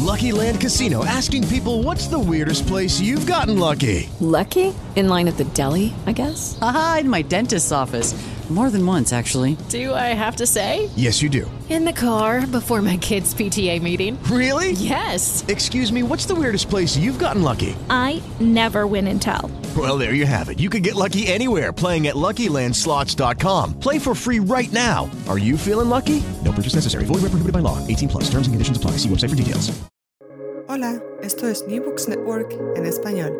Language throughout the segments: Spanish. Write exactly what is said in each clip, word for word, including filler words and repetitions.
Lucky Land Casino, asking people, what's the weirdest place you've gotten lucky? Lucky? In line at the deli, I guess? Aha, in my dentist's office. More than once, actually. Do I have to say? Yes, you do. In the car before my kids' P T A meeting. Really? Yes. Excuse me, what's the weirdest place you've gotten lucky? I never win and tell. Well, there you have it. You can get lucky anywhere, playing at Lucky Land Slots dot com. Play for free right now. Are you feeling lucky? No purchase necessary. Void where prohibited by law. eighteen plus. Terms and conditions apply. See website for details. Hola, esto es New Books Network en español.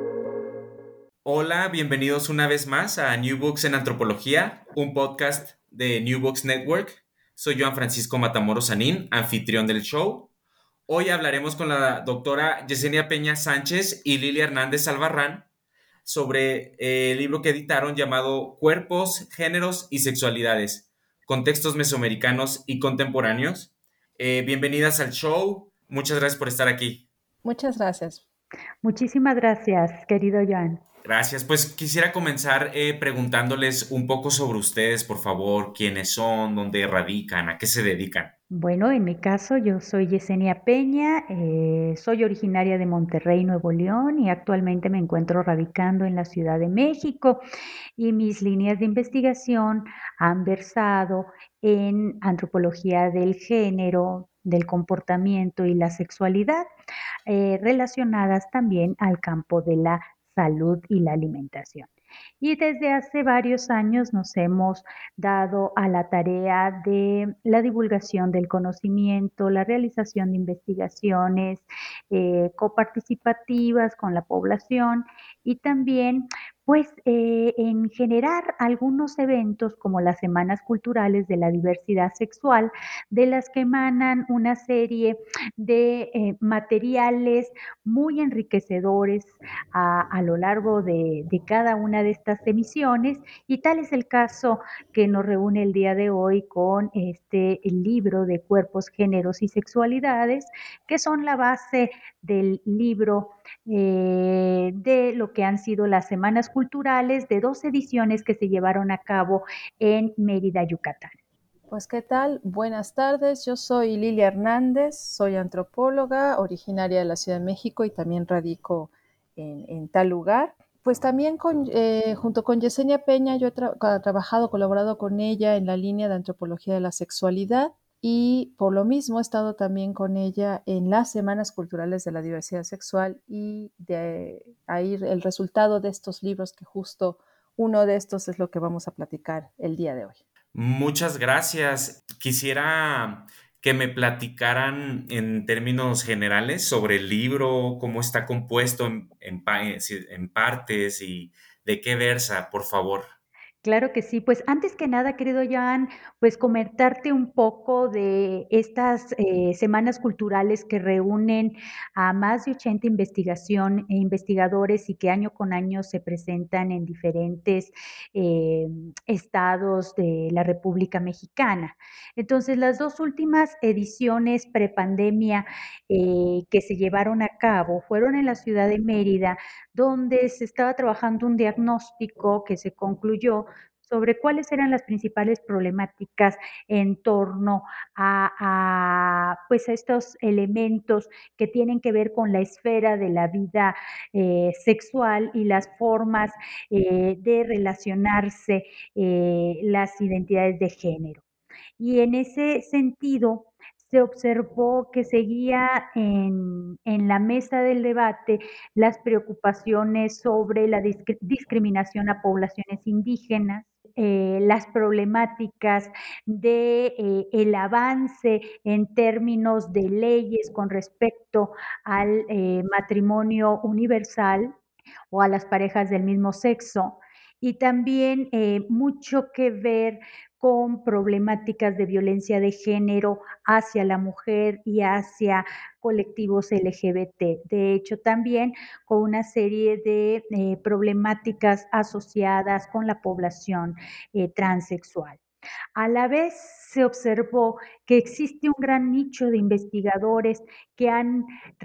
Hola, bienvenidos una vez más a New Books en Antropología, un podcast de New Books Network. Soy Joan Francisco Matamoros Sanín, anfitrión del show. Hoy hablaremos con la doctora Yesenia Peña Sánchez y Lilia Hernández Albarrán sobre eh, el libro que editaron llamado Cuerpos, Géneros y Sexualidades, Contextos Mesoamericanos y Contemporáneos. Eh, bienvenidas al show. Muchas gracias por estar aquí. Muchas gracias. Muchísimas gracias, querido Joan. Gracias. Pues quisiera comenzar eh, preguntándoles un poco sobre ustedes, por favor. ¿Quiénes son? ¿Dónde radican? ¿A qué se dedican? Bueno, en mi caso yo soy Yesenia Peña, eh, soy originaria de Monterrey, Nuevo León, y actualmente me encuentro radicando en la Ciudad de México, y mis líneas de investigación han versado en antropología del género, del comportamiento y la sexualidad, eh, relacionadas también al campo de la salud y la alimentación. Y desde hace varios años nos hemos dado a la tarea de la divulgación del conocimiento, la realización de investigaciones eh, coparticipativas con la población y también pues eh, en generar algunos eventos como las Semanas Culturales de la Diversidad Sexual, de las que emanan una serie de eh, materiales muy enriquecedores a, a lo largo de, de cada una de estas emisiones, y tal es el caso que nos reúne el día de hoy con este el libro de Cuerpos, Géneros y Sexualidades, que son la base del libro eh, de lo que han sido las Semanas Culturales de dos ediciones que se llevaron a cabo en Mérida, Yucatán. Pues, ¿qué tal? Buenas tardes, yo soy Lilia Hernández, soy antropóloga, originaria de la Ciudad de México y también radico en, en tal lugar. Pues también con, eh, junto con Yesenia Peña, yo he tra- trabajado, colaborado con ella en la línea de antropología de la sexualidad, y por lo mismo he estado también con ella en las Semanas Culturales de la Diversidad Sexual, y de ahí el resultado de estos libros, que justo uno de estos es lo que vamos a platicar el día de hoy. Muchas gracias. Quisiera que me platicaran en términos generales sobre el libro, cómo está compuesto en, en, en partes y de qué versa, por favor. Claro que sí, pues antes que nada, querido Joan, pues comentarte un poco de estas eh, semanas culturales que reúnen a más de ochenta investigación e investigadores y que año con año se presentan en diferentes eh, estados de la República Mexicana. Entonces, las dos últimas ediciones prepandemia eh, que se llevaron a cabo fueron en la ciudad de Mérida, donde se estaba trabajando un diagnóstico que se concluyó sobre cuáles eran las principales problemáticas en torno a, a, pues a estos elementos que tienen que ver con la esfera de la vida eh, sexual y las formas eh, de relacionarse eh, las identidades de género. Y en ese sentido, se observó que seguía en, en, la mesa del debate las preocupaciones sobre la disc- discriminación a poblaciones indígenas, eh, las problemáticas de eh, el avance en términos de leyes con respecto al eh, matrimonio universal o a las parejas del mismo sexo, y también eh, mucho que ver con problemáticas de violencia de género hacia la mujer y hacia colectivos L G B T. De hecho, también con una serie de eh, problemáticas asociadas con la población eh, transexual. A la vez se observó que existe un gran nicho de investigadores que han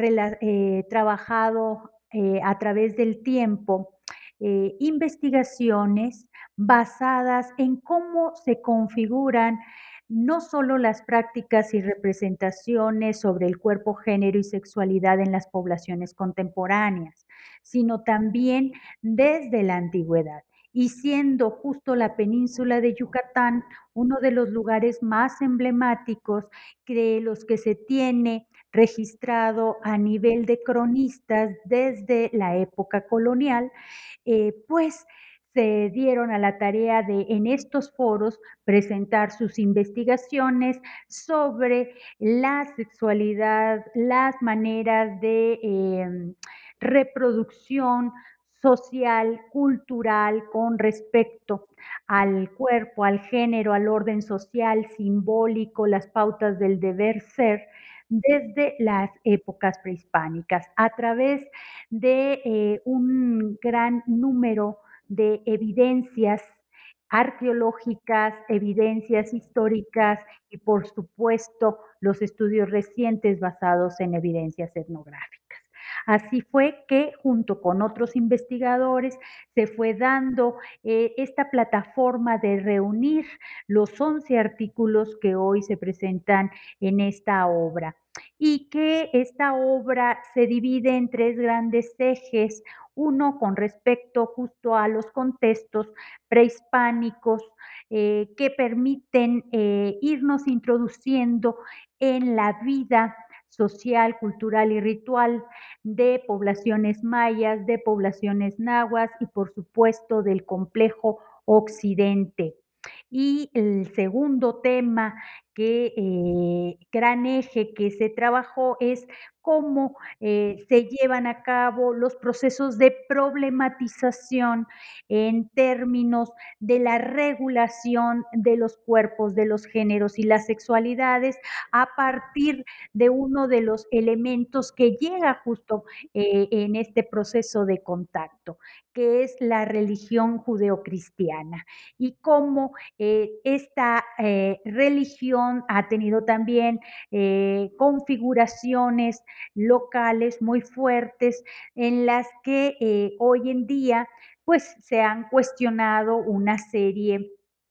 eh, trabajado eh, a través del tiempo eh, investigaciones basadas en cómo se configuran no solo las prácticas y representaciones sobre el cuerpo, género y sexualidad en las poblaciones contemporáneas, sino también desde la antigüedad. Y siendo justo la península de Yucatán uno de los lugares más emblemáticos de los que se tiene registrado a nivel de cronistas desde la época colonial, eh, pues se dieron a la tarea de, en estos foros, presentar sus investigaciones sobre la sexualidad, las maneras de eh, reproducción social, cultural, con respecto al cuerpo, al género, al orden social, simbólico, las pautas del deber ser, desde las épocas prehispánicas, a través de eh, un gran número de evidencias arqueológicas, evidencias históricas y, por supuesto, los estudios recientes basados en evidencias etnográficas. Así fue que, junto con otros investigadores, se fue dando eh, esta plataforma de reunir los once artículos que hoy se presentan en esta obra, y que esta obra se divide en tres grandes ejes: uno con respecto justo a los contextos prehispánicos, eh, que permiten eh, irnos introduciendo en la vida social, cultural y ritual de poblaciones mayas, de poblaciones nahuas y, por supuesto, del complejo occidente. Y el segundo tema, que eh, gran eje que se trabajó, es cómo eh, se llevan a cabo los procesos de problematización en términos de la regulación de los cuerpos, de los géneros y las sexualidades, a partir de uno de los elementos que llega justo eh, en este proceso de contacto, que es la religión judeocristiana, y cómo eh, esta eh, religión ha tenido también eh, configuraciones locales muy fuertes, en las que eh, hoy en día pues se han cuestionado una serie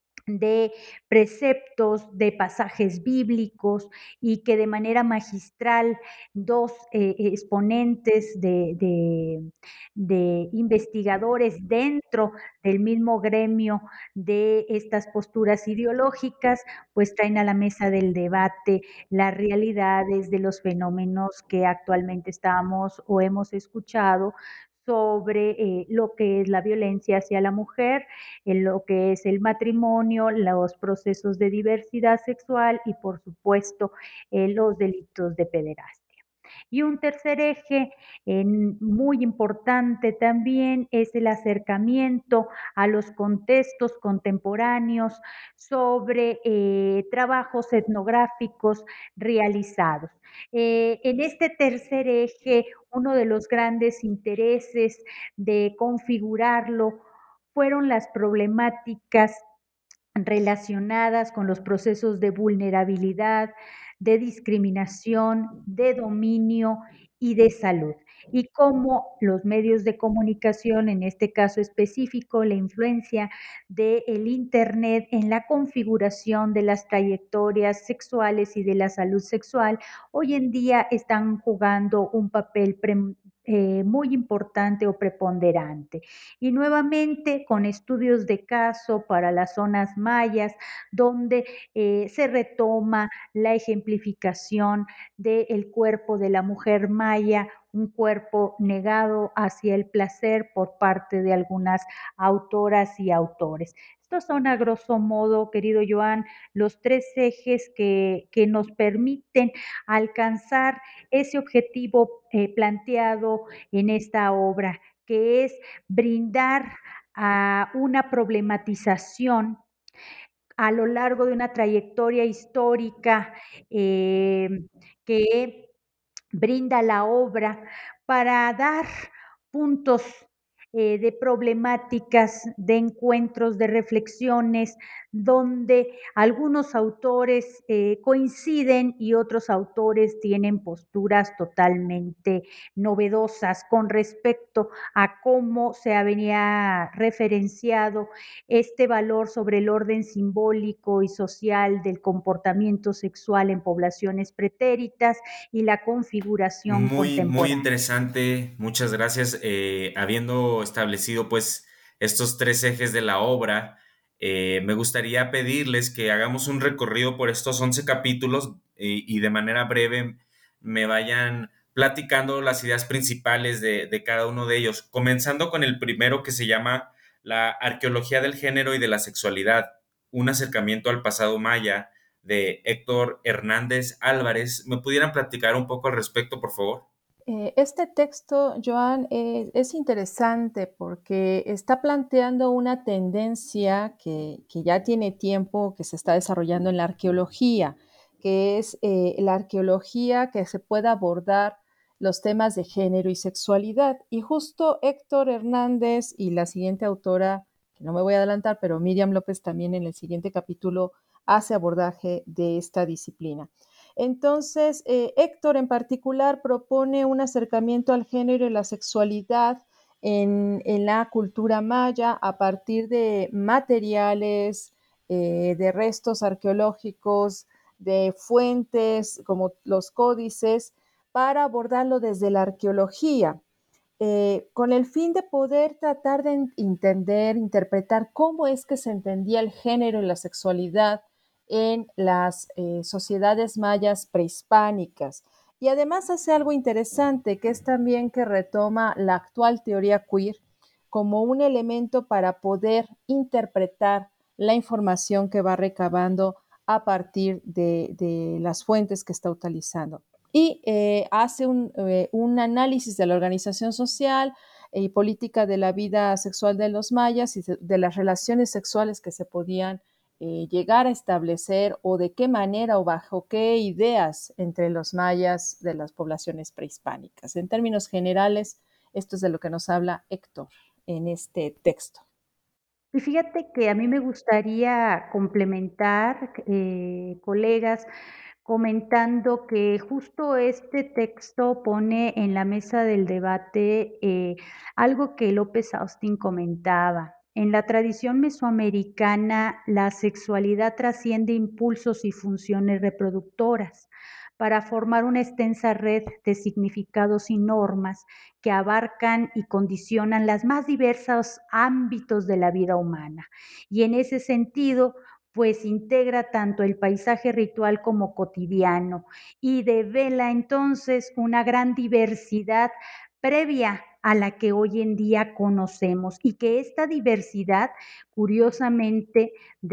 de preceptos, de pasajes bíblicos, y que de manera magistral dos eh, exponentes de, de, de investigadores dentro del mismo gremio de estas posturas ideológicas, pues traen a la mesa del debate las realidades de los fenómenos que actualmente estamos o hemos escuchado sobre eh, lo que es la violencia hacia la mujer, en lo que es el matrimonio, los procesos de diversidad sexual y, por supuesto, eh, los delitos de pederastia. Y un tercer eje eh, muy importante también es el acercamiento a los contextos contemporáneos sobre eh, trabajos etnográficos realizados. Eh, en este tercer eje, uno de los grandes intereses de configurarlo fueron las problemáticas relacionadas con los procesos de vulnerabilidad, de discriminación, de dominio y de salud, y cómo los medios de comunicación, en este caso específico, la influencia del Internet en la configuración de las trayectorias sexuales y de la salud sexual, hoy en día están jugando un papel pre, eh, muy importante o preponderante. Y nuevamente con estudios de caso para las zonas mayas, donde eh, se retoma la ejemplificación del cuerpo de la mujer maya, un cuerpo negado hacia el placer por parte de algunas autoras y autores. Estos son, a grosso modo, querido Joan, los tres ejes que, que nos permiten alcanzar ese objetivo eh, planteado en esta obra, que es brindar a una problematización a lo largo de una trayectoria histórica eh, que brinda la obra, para dar puntos eh, de problemáticas, de encuentros, de reflexiones, donde algunos autores eh, coinciden y otros autores tienen posturas totalmente novedosas con respecto a cómo se venía referenciado este valor sobre el orden simbólico y social del comportamiento sexual en poblaciones pretéritas y la configuración Muy, muy contemporánea. interesante. Muchas gracias. Eh, habiendo establecido pues estos tres ejes de la obra, eh, me gustaría pedirles que hagamos un recorrido por estos once capítulos eh, y de manera breve me vayan platicando las ideas principales de, de cada uno de ellos, comenzando con el primero que se llama La arqueología del género y de la sexualidad, un acercamiento al pasado maya de Héctor Hernández Álvarez. ¿Me pudieran platicar un poco al respecto, por favor? Eh, este texto, Joan, eh, es interesante porque está planteando una tendencia que, que ya tiene tiempo que se está desarrollando en la arqueología, que es eh, la arqueología que se pueda abordar los temas de género y sexualidad. Y justo Héctor Hernández y la siguiente autora, que no me voy a adelantar, pero Miriam López también en el siguiente capítulo hace abordaje de esta disciplina. Entonces, eh, Héctor en particular propone un acercamiento al género y la sexualidad en, en la cultura maya a partir de materiales, eh, de restos arqueológicos, de fuentes como los códices, para abordarlo desde la arqueología. Eh, con el fin de poder tratar de entender, interpretar cómo es que se entendía el género y la sexualidad en las eh, sociedades mayas prehispánicas. Y además hace algo interesante, que es también que retoma la actual teoría queer como un elemento para poder interpretar la información que va recabando a partir de, de las fuentes que está utilizando. Y eh, hace un, eh, un, análisis de la organización social y política de la vida sexual de los mayas y de, de las relaciones sexuales que se podían eh, llegar a establecer o de qué manera o bajo qué ideas entre los mayas de las poblaciones prehispánicas. En términos generales, esto es de lo que nos habla Héctor en este texto. Y fíjate que a mí me gustaría complementar, eh, colegas, comentando que justo este texto pone en la mesa del debate eh, algo que López Austin comentaba. En la tradición mesoamericana, la sexualidad trasciende impulsos y funciones reproductoras para formar una extensa red de significados y normas que abarcan y condicionan los más diversos ámbitos de la vida humana. Y en ese sentido, pues integra tanto el paisaje ritual como cotidiano y devela entonces una gran diversidad previa a la que hoy en día conocemos y que esta diversidad, curiosamente,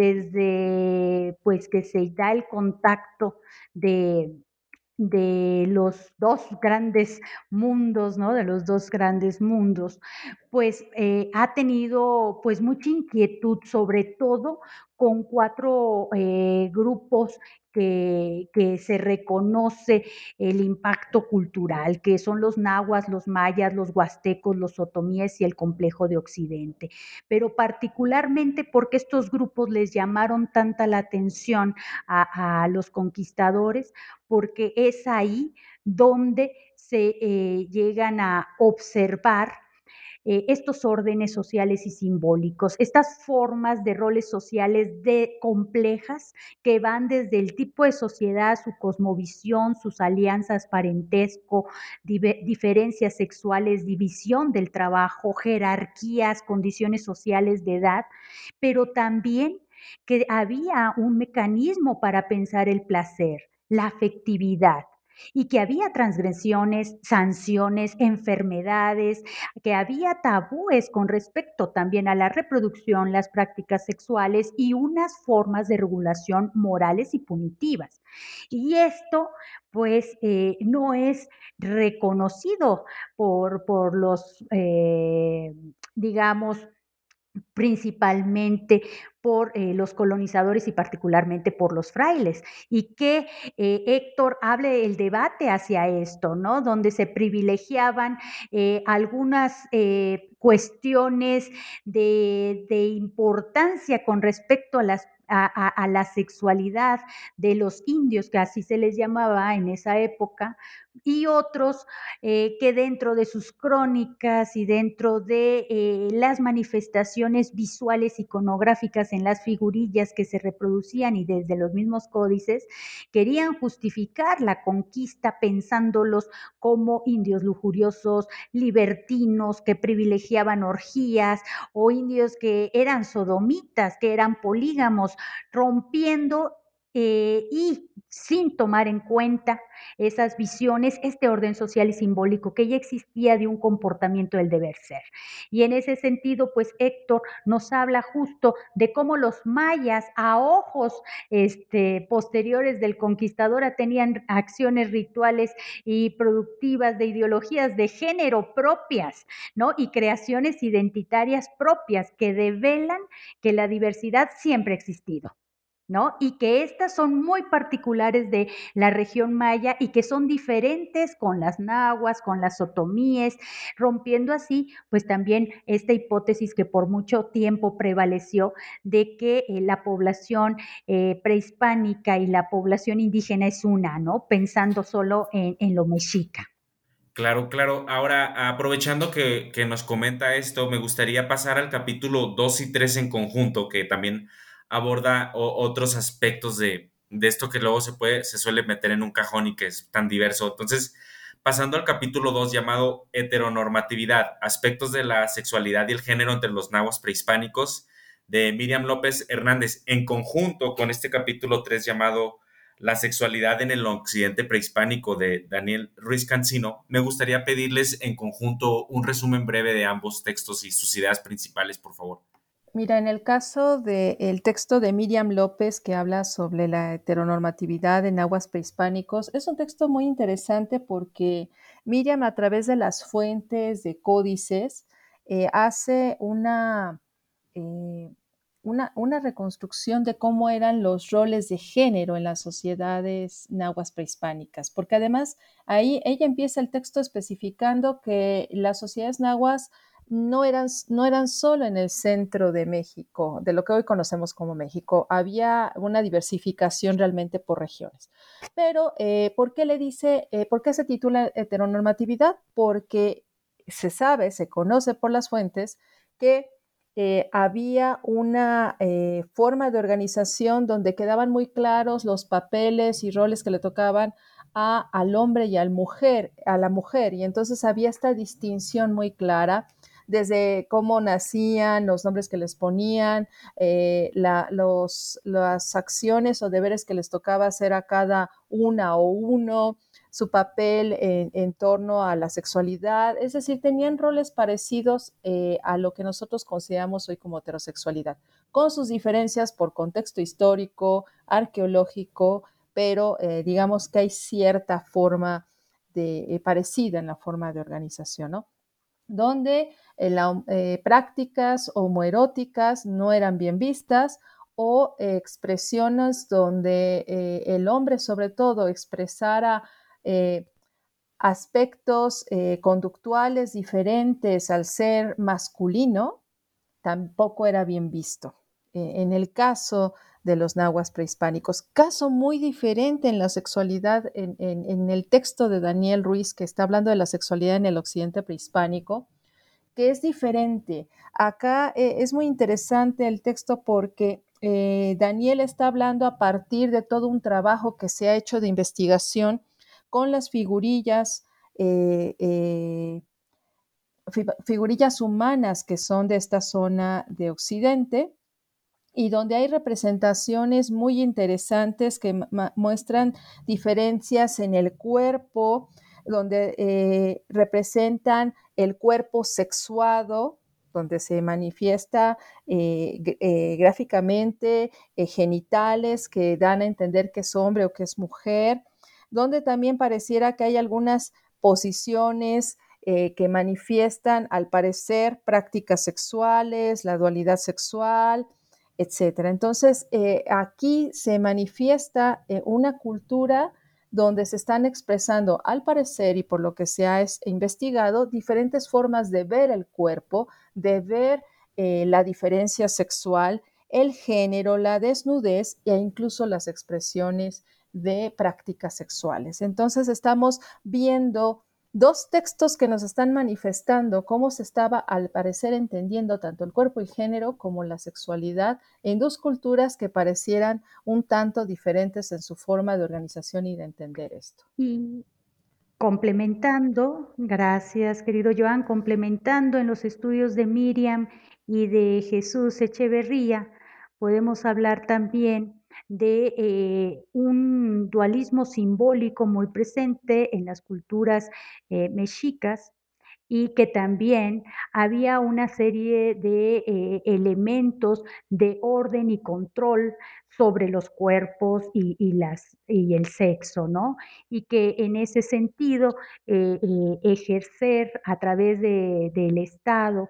desde pues que se da el contacto de de los dos grandes mundos, ¿no? De los dos grandes mundos, pues eh, ha tenido pues mucha inquietud, sobre todo con cuatro eh, grupos que, que se reconoce el impacto cultural, que son los nahuas, los mayas, los huastecos, los otomíes y el complejo de Occidente. Pero particularmente porque estos grupos les llamaron tanta la atención a, a los conquistadores, porque es ahí donde se eh, llegan a observar eh, estos órdenes sociales y simbólicos, estas formas de roles sociales de complejas que van desde el tipo de sociedad, su cosmovisión, sus alianzas, parentesco, diver, diferencias sexuales, división del trabajo, jerarquías, condiciones sociales de edad, pero también que había un mecanismo para pensar el placer, la afectividad, y que había transgresiones, sanciones, enfermedades, que había tabúes con respecto también a la reproducción, las prácticas sexuales y unas formas de regulación morales y punitivas. Y esto, pues, eh, no es reconocido por, por los, eh, digamos, principalmente por eh, los colonizadores y particularmente por los frailes. Y que eh, Héctor hable el debate hacia esto, ¿no? Donde se privilegiaban eh, algunas eh, cuestiones de, de importancia con respecto a las a, a, a la sexualidad de los indios, que así se les llamaba en esa época, y otros eh, que dentro de sus crónicas y dentro de eh, las manifestaciones visuales iconográficas en las figurillas que se reproducían y desde los mismos códices, querían justificar la conquista pensándolos como indios lujuriosos, libertinos, que privilegiaban orgías, o indios que eran sodomitas, que eran polígamos, rompiendo eh, y sin tomar en cuenta esas visiones, este orden social y simbólico que ya existía de un comportamiento del deber ser. Y en ese sentido, pues Héctor nos habla justo de cómo los mayas a ojos este, posteriores del conquistador tenían acciones rituales y productivas de ideologías de género propias, ¿no? Y creaciones identitarias propias que develan que la diversidad siempre ha existido, ¿no? Y que estas son muy particulares de la región maya y que son diferentes con las nahuas, con las otomíes, rompiendo así, pues también esta hipótesis que por mucho tiempo prevaleció de que eh, la población eh, prehispánica y la población indígena es una, ¿no? Pensando solo en, en lo mexica. Claro, claro. Ahora, aprovechando que, que nos comenta esto, me gustaría pasar al capítulo dos y tres en conjunto, que también aborda o- otros aspectos de, de esto que luego se puede, se suele meter en un cajón y que es tan diverso. Entonces, pasando al capítulo dos llamado Heteronormatividad, aspectos de la sexualidad y el género entre los nahuas prehispánicos, de Miriam López Hernández, en conjunto con este capítulo tres llamado La sexualidad en el occidente prehispánico, de Daniel Ruiz Cancino, me gustaría pedirles en conjunto un resumen breve de ambos textos y sus ideas principales, por favor. Mira, en el caso del texto de Miriam López que habla sobre la heteronormatividad en aguas prehispánicos, es un texto muy interesante porque Miriam, a través de las fuentes de códices, eh, hace una, eh, una, una reconstrucción de cómo eran los roles de género en las sociedades nahuas prehispánicas, porque además ahí ella empieza el texto especificando que las sociedades nahuas no eran, no eran solo en el centro de México, de lo que hoy conocemos como México, había una diversificación realmente por regiones. Pero, eh, ¿por qué le dice, eh, por qué se titula heteronormatividad? Porque se sabe, se conoce por las fuentes que eh, había una eh, forma de organización donde quedaban muy claros los papeles y roles que le tocaban a, al hombre y al mujer, a la mujer, y entonces había esta distinción muy clara desde cómo nacían, los nombres que les ponían, eh, la, los, las acciones o deberes que les tocaba hacer a cada una o uno, su papel en, en torno a la sexualidad, es decir, tenían roles parecidos eh, a lo que nosotros consideramos hoy como heterosexualidad, con sus diferencias por contexto histórico, arqueológico, pero eh, digamos que hay cierta forma de, eh, parecida en la forma de organización, ¿no? Donde eh, la, eh, prácticas homoeróticas no eran bien vistas o eh, expresiones donde eh, el hombre sobre todo expresara eh, aspectos eh, conductuales diferentes al ser masculino, tampoco era bien visto. Eh, en el caso de los nahuas prehispánicos, caso muy diferente en la sexualidad, en, en, en el texto de Daniel Ruiz, que está hablando de la sexualidad en el occidente prehispánico, que es diferente. Acá eh, es muy interesante el texto porque eh, Daniel está hablando a partir de todo un trabajo que se ha hecho de investigación con las figurillas, eh, eh, figurillas humanas que son de esta zona de Occidente, y donde hay representaciones muy interesantes que muestran diferencias en el cuerpo, donde eh, representan el cuerpo sexuado, donde se manifiesta eh, eh, gráficamente eh, genitales que dan a entender que es hombre o que es mujer, donde también pareciera que hay algunas posiciones eh, que manifiestan, al parecer, prácticas sexuales, la dualidad sexual, etcétera. Entonces, eh, aquí se manifiesta eh, una cultura donde se están expresando, al parecer, y por lo que se ha es, investigado, diferentes formas de ver el cuerpo, de ver eh, la diferencia sexual el género, la desnudez e incluso las expresiones de prácticas sexuales. Entonces estamos viendo dos textos que nos están manifestando cómo se estaba al parecer entendiendo tanto el cuerpo y género como la sexualidad en dos culturas que parecieran un tanto diferentes en su forma de organización y de entender esto. Y complementando, gracias querido Joan, complementando en los estudios de Miriam y de Jesús Echeverría, podemos hablar también de eh, un dualismo simbólico muy presente en las culturas eh, mexicas, y que también había una serie de eh, elementos de orden y control sobre los cuerpos y, y, las, y el sexo, ¿no? Y que en ese sentido eh, eh, ejercer a través de, del Estado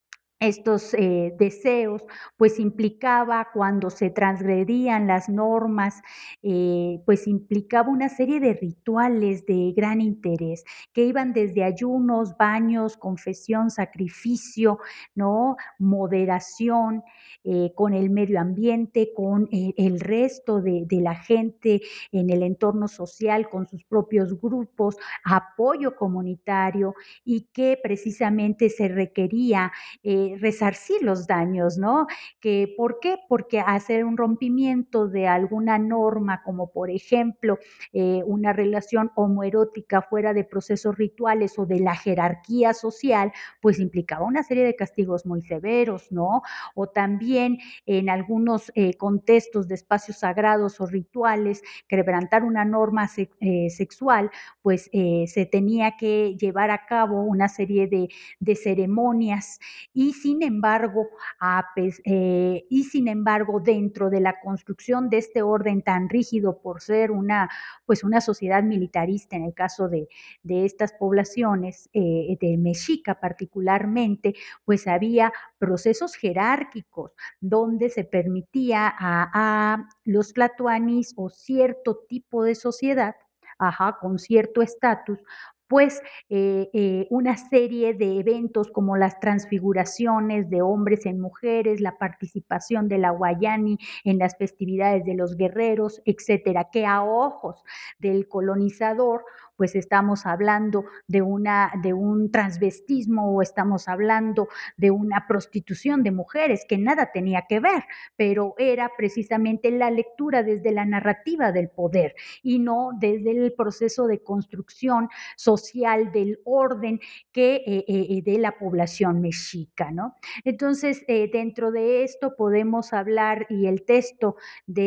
estos eh, deseos, pues implicaba cuando se transgredían las normas, eh, pues implicaba una serie de rituales de gran interés, que iban desde ayunos, baños, confesión, sacrificio, ¿no? Moderación eh, con el medio ambiente, con eh, el resto de, de la gente en el entorno social, con sus propios grupos, apoyo comunitario, y que precisamente se requería eh, resarcir los daños, ¿no? Que, ¿por qué? Porque hacer un rompimiento de alguna norma, como por ejemplo eh, una relación homoerótica fuera de procesos rituales o de la jerarquía social, pues implicaba una serie de castigos muy severos, ¿no? O también en algunos eh, contextos de espacios sagrados o rituales, quebrantar una norma se, eh, sexual, pues eh, se tenía que llevar a cabo una serie de, de ceremonias y sin embargo, a, eh, y sin embargo, dentro de la construcción de este orden tan rígido por ser una, pues una sociedad militarista en el caso de, de estas poblaciones, eh, de Mexica particularmente, pues había procesos jerárquicos donde se permitía a, a los tlatoanis o cierto tipo de sociedad, ajá, con cierto estatus, pues eh, eh, una serie de eventos como las transfiguraciones de hombres en mujeres, la participación de la Guayani en las festividades de los guerreros, etcétera, que a ojos del colonizador, pues estamos hablando de, una, de un transvestismo o estamos hablando de una prostitución de mujeres que nada tenía que ver, pero era precisamente la lectura desde la narrativa del poder y no desde el proceso de construcción social del orden que eh, eh, de la población mexica, ¿no? Entonces, eh, dentro de esto podemos hablar, y el texto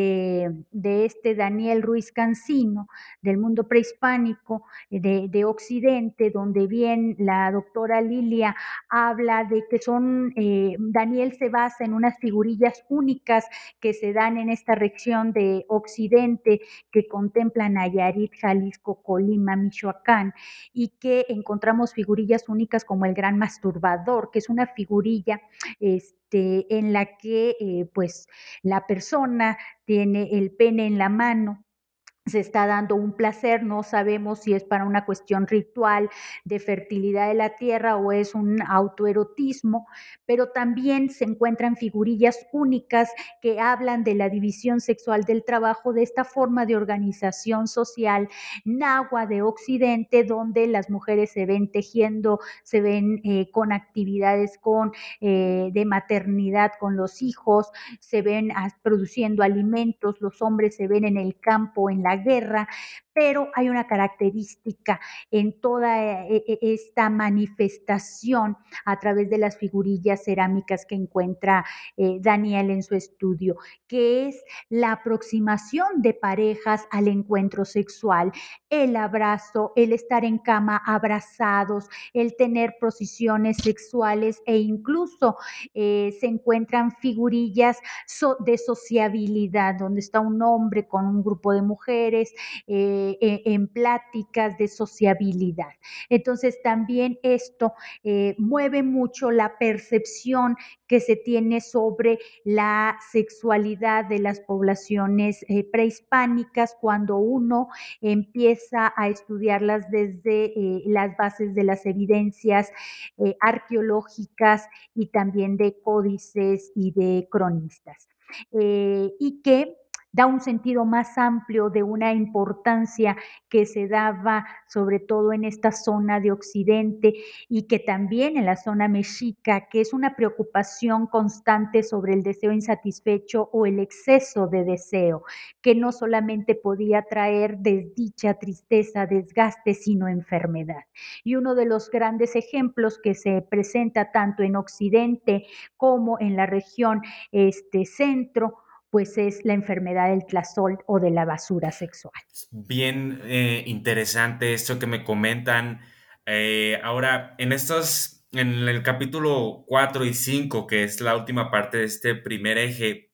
de, de este Daniel Ruiz Cancino, del mundo prehispánico de, de Occidente, donde bien la doctora Lilia habla de que son, eh, Daniel se basa en unas figurillas únicas que se dan en esta región de Occidente que contemplan Nayarit, Jalisco, Colima, Michoacán, y que encontramos figurillas únicas como el gran masturbador, que es una figurilla este, en la que eh, pues la persona tiene el pene en la mano, se está dando un placer, no sabemos si es para una cuestión ritual de fertilidad de la tierra o es un autoerotismo, pero también se encuentran figurillas únicas que hablan de la división sexual del trabajo, de esta forma de organización social náhuatl de Occidente, donde las mujeres se ven tejiendo, se ven eh, con actividades con, eh, de maternidad con los hijos, se ven ah, produciendo alimentos, los hombres se ven en el campo, en la guerra, pero hay una característica en toda eh, eh, esta manifestación a través de las figurillas cerámicas que encuentra eh, Daniel en su estudio, que es la aproximación de parejas al encuentro sexual, el abrazo, el estar en cama abrazados, el tener posiciones sexuales e incluso eh, se encuentran figurillas so de sociabilidad, donde está un hombre con un grupo de mujeres eh, eh, en pláticas de sociabilidad. Entonces también esto eh, mueve mucho la percepción que se tiene sobre la sexualidad de las poblaciones eh, prehispánicas cuando uno empieza a estudiarlas desde eh, las bases de las evidencias eh, arqueológicas y también de códices y de cronistas. eh, y que da un sentido más amplio de una importancia que se daba sobre todo en esta zona de Occidente y que también en la zona mexica, que es una preocupación constante sobre el deseo insatisfecho o el exceso de deseo, que no solamente podía traer desdicha, tristeza, desgaste, sino enfermedad. Y uno de los grandes ejemplos que se presenta tanto en Occidente como en la región este, centro, pues es la enfermedad del tlazol o de la basura sexual. Bien eh, interesante esto que me comentan. Eh, ahora, en estos, en el capítulo cuatro y cinco, que es la última parte de este primer eje,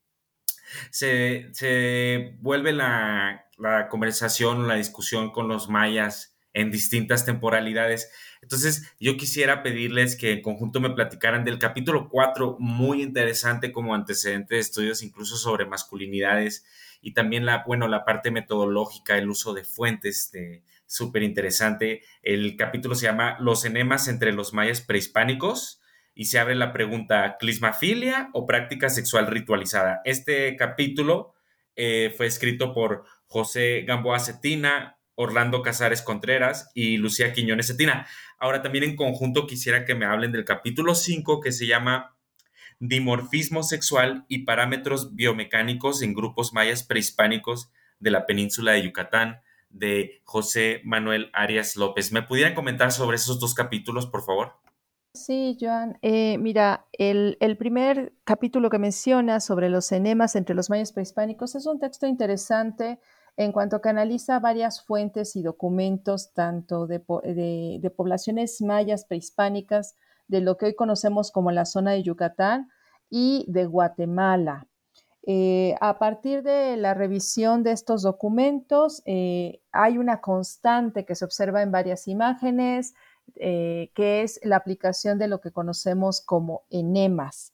se, se vuelve la, la conversación, la discusión con los mayas en distintas temporalidades. Entonces, yo quisiera pedirles que en conjunto me platicaran del capítulo cuatro, muy interesante como antecedente de estudios incluso sobre masculinidades, y también la, bueno, la parte metodológica, el uso de fuentes, de, súper interesante. El capítulo se llama Los enemas entre los mayas prehispánicos, y se abre la pregunta: ¿clismafilia o práctica sexual ritualizada? Este capítulo eh, fue escrito por José Gamboa Cetina, Orlando Casares Contreras y Lucía Quiñones Cetina. Ahora, también en conjunto quisiera que me hablen del capítulo cinco, que se llama Dimorfismo sexual y parámetros biomecánicos en grupos mayas prehispánicos de la península de Yucatán, de José Manuel Arias López. ¿Me pudieran comentar sobre esos dos capítulos, por favor? Sí, Joan. Eh, mira, el, el primer capítulo que menciona sobre los enemas entre los mayas prehispánicos es un texto interesante en cuanto que analiza varias fuentes y documentos, tanto de, de, de poblaciones mayas prehispánicas, de lo que hoy conocemos como la zona de Yucatán y de Guatemala. Eh, a partir de la revisión de estos documentos, eh, hay una constante que se observa en varias imágenes, eh, que es la aplicación de lo que conocemos como enemas.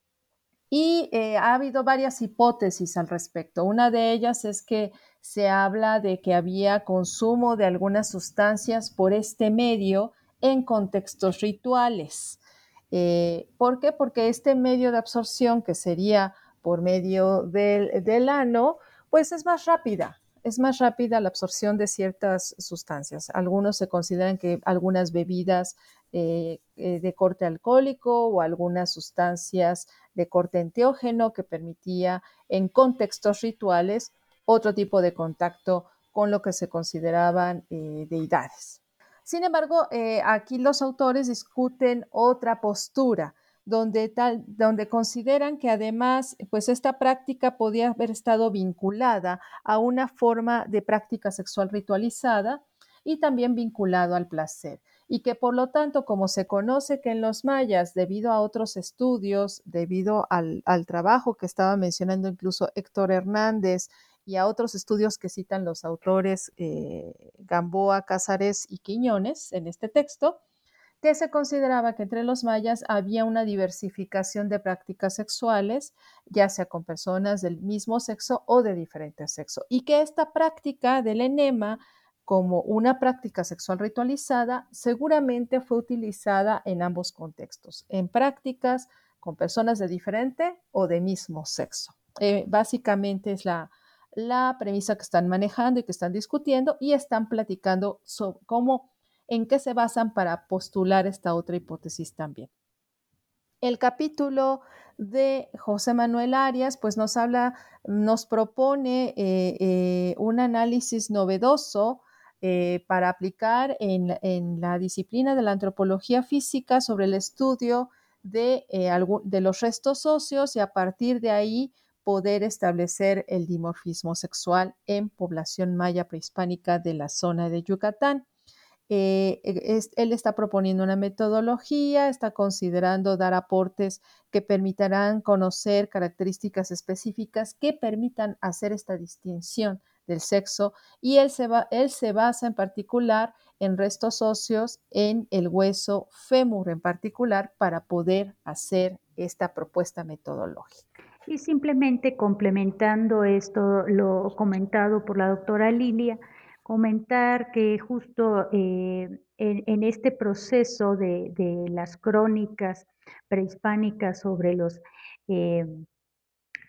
Y eh, ha habido varias hipótesis al respecto. Una de ellas es que se habla de que había consumo de algunas sustancias por este medio en contextos rituales. Eh, ¿Por qué? Porque este medio de absorción, que sería por medio del, del ano, pues es más rápida. Es más rápida la absorción de ciertas sustancias. Algunos se consideran que algunas bebidas eh, eh, de corte alcohólico o algunas sustancias de corte enteógeno que permitía en contextos rituales otro tipo de contacto con lo que se consideraban eh, deidades. Sin embargo, eh, aquí los autores discuten otra postura, donde, tal, donde consideran que además, pues esta práctica podía haber estado vinculada a una forma de práctica sexual ritualizada y también vinculado al placer. Y que por lo tanto, como se conoce que en los mayas, debido a otros estudios, debido al, al trabajo que estaba mencionando incluso Héctor Hernández y a otros estudios que citan los autores eh, Gamboa, Cázares y Quiñones en este texto, que se consideraba que entre los mayas había una diversificación de prácticas sexuales, ya sea con personas del mismo sexo o de diferente sexo, y que esta práctica del enema como una práctica sexual ritualizada seguramente fue utilizada en ambos contextos, en prácticas con personas de diferente o de mismo sexo. Eh, básicamente es la, la premisa que están manejando y que están discutiendo y están platicando sobre cómo, en qué se basan para postular esta otra hipótesis también. El capítulo de José Manuel Arias pues nos habla, nos propone eh, eh, un análisis novedoso eh, para aplicar en, en, la disciplina de la antropología física sobre el estudio de, eh, algún, de los restos óseos y a partir de ahí poder establecer el dimorfismo sexual en población maya prehispánica de la zona de Yucatán. Eh, es, él está proponiendo una metodología, está considerando dar aportes que permitirán conocer características específicas que permitan hacer esta distinción del sexo y él se, va, él se basa en particular en restos óseos en el hueso fémur en particular para poder hacer esta propuesta metodológica. Y simplemente complementando esto, lo comentado por la doctora Lilia, comentar que justo eh, en, en, este proceso de, de las crónicas prehispánicas sobre los, eh,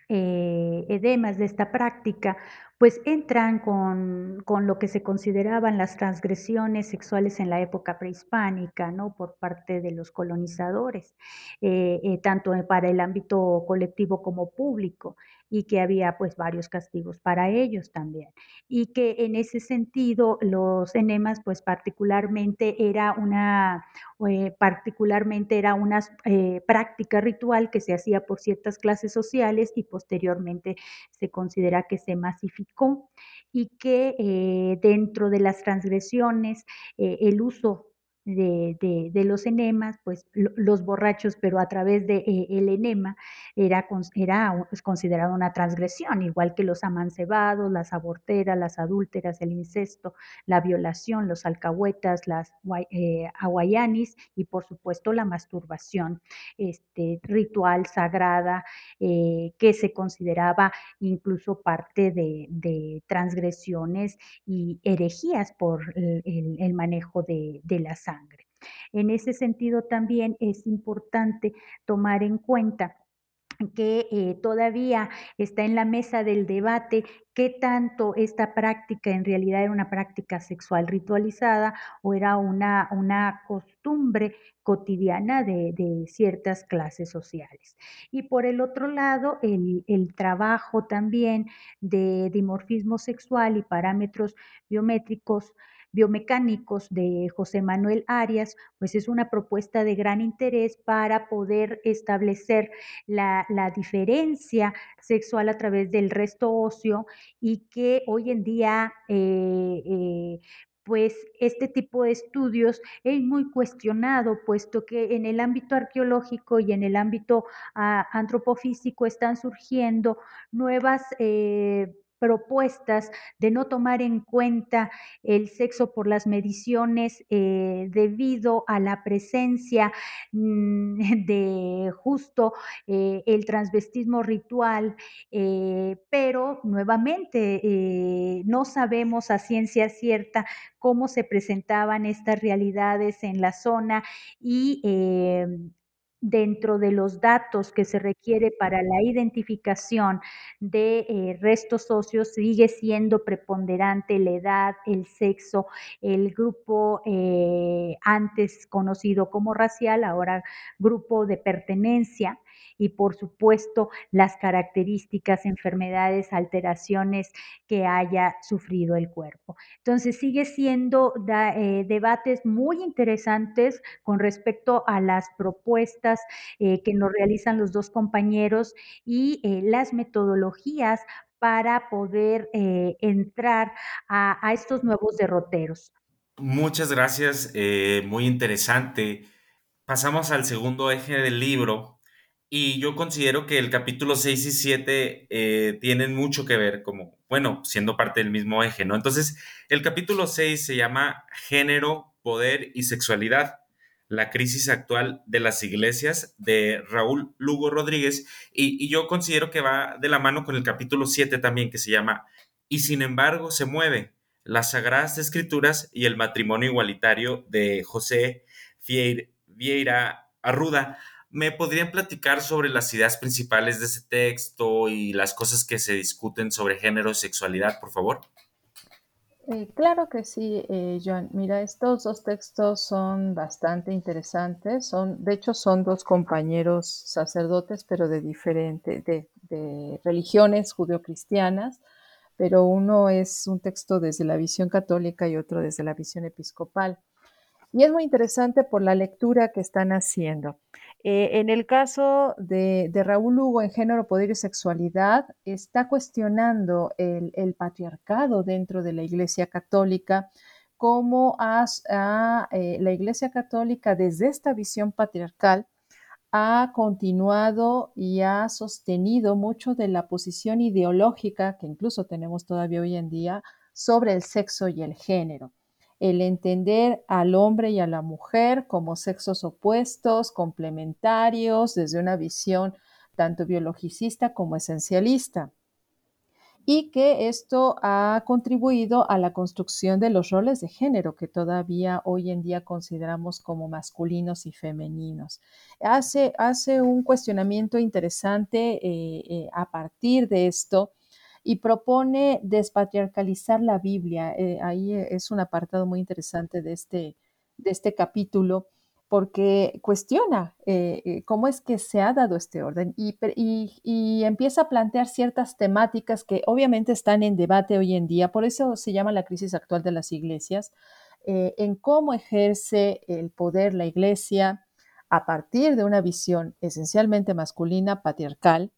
eh, edemas de esta práctica, pues entran con, con lo que se consideraban las transgresiones sexuales en la época prehispánica, ¿no? Por parte de los colonizadores, eh, eh, tanto para el ámbito colectivo como público, y que había pues varios castigos para ellos también. Y que en ese sentido los enemas pues particularmente era una, eh, particularmente era una eh, práctica ritual que se hacía por ciertas clases sociales y posteriormente se considera que se masificó y que eh, dentro de las transgresiones eh, el uso de, de, de, los enemas, pues los borrachos, pero a través del de, eh, enema, era, era pues, considerado una transgresión, igual que los amancebados, las aborteras, las adúlteras, el incesto, la violación, los alcahuetas, las eh, aguayanis y por supuesto la masturbación este, ritual, sagrada, eh, que se consideraba incluso parte de, de transgresiones y herejías por el, el, el manejo de, de la sangre. En ese sentido también es importante tomar en cuenta que eh, todavía está en la mesa del debate qué tanto esta práctica en realidad era una práctica sexual ritualizada o era una, una costumbre cotidiana de, de ciertas clases sociales. Y por el otro lado, el, el trabajo también de dimorfismo sexual y parámetros biométricos biomecánicos de José Manuel Arias, pues es una propuesta de gran interés para poder establecer la, la diferencia sexual a través del resto óseo y que hoy en día eh, eh, pues este tipo de estudios es muy cuestionado, puesto que en el ámbito arqueológico y en el ámbito uh, antropofísico están surgiendo nuevas eh, propuestas de no tomar en cuenta el sexo por las mediciones eh, debido a la presencia mmm, de justo eh, el transvestismo ritual, eh, pero nuevamente eh, no sabemos a ciencia cierta cómo se presentaban estas realidades en la zona y eh, dentro de los datos que se requiere para la identificación de eh, restos óseos sigue siendo preponderante la edad, el sexo, el grupo eh, antes conocido como racial, ahora grupo de pertenencia y por supuesto las características, enfermedades, alteraciones que haya sufrido el cuerpo. Entonces sigue siendo da, eh, debates muy interesantes con respecto a las propuestas eh, que nos realizan los dos compañeros y eh, las metodologías para poder eh, entrar a, a, estos nuevos derroteros. Muchas gracias, eh, muy interesante. Pasamos al segundo eje del libro y yo considero que el capítulo seis y siete eh, tienen mucho que ver, como, bueno, siendo parte del mismo eje, ¿no? Entonces, el capítulo seis se llama Género, Poder y Sexualidad, la crisis actual de las iglesias, de Raúl Lugo Rodríguez, y, y yo considero que va de la mano con el capítulo siete también, que se llama Y sin embargo se mueve, las Sagradas Escrituras y el matrimonio igualitario, de José Fier, Vieira Arruda. ¿Me podrían platicar sobre las ideas principales de ese texto y las cosas que se discuten sobre género y sexualidad, por favor? Eh, claro que sí, eh, Joan. Mira, estos dos textos son bastante interesantes. Son, de hecho, son dos compañeros sacerdotes, pero de diferentes, de, de religiones judeocristianas. Pero uno es un texto desde la visión católica y otro desde la visión episcopal. Y es muy interesante por la lectura que están haciendo. Eh, en el caso de, de Raúl Lugo, en Género, Poder y Sexualidad, está cuestionando el, el patriarcado dentro de la Iglesia Católica, cómo a, a, eh, la Iglesia Católica, desde esta visión patriarcal, ha continuado y ha sostenido mucho de la posición ideológica que incluso tenemos todavía hoy en día sobre el sexo y el género. El entender al hombre y a la mujer como sexos opuestos, complementarios, desde una visión tanto biologicista como esencialista. y que esto ha contribuido a la construcción de los roles de género que todavía hoy en día consideramos como masculinos y femeninos. Hace, hace un cuestionamiento interesante eh, eh, a partir de esto y propone despatriarcalizar la Biblia. Eh, ahí es un apartado muy interesante de este, de este capítulo porque cuestiona eh, eh, cómo es que se ha dado este orden y, y, y, empieza a plantear ciertas temáticas que obviamente están en debate hoy en día, por eso se llama la crisis actual de las iglesias, eh, en cómo ejerce el poder la iglesia a partir de una visión esencialmente masculina, patriarcal,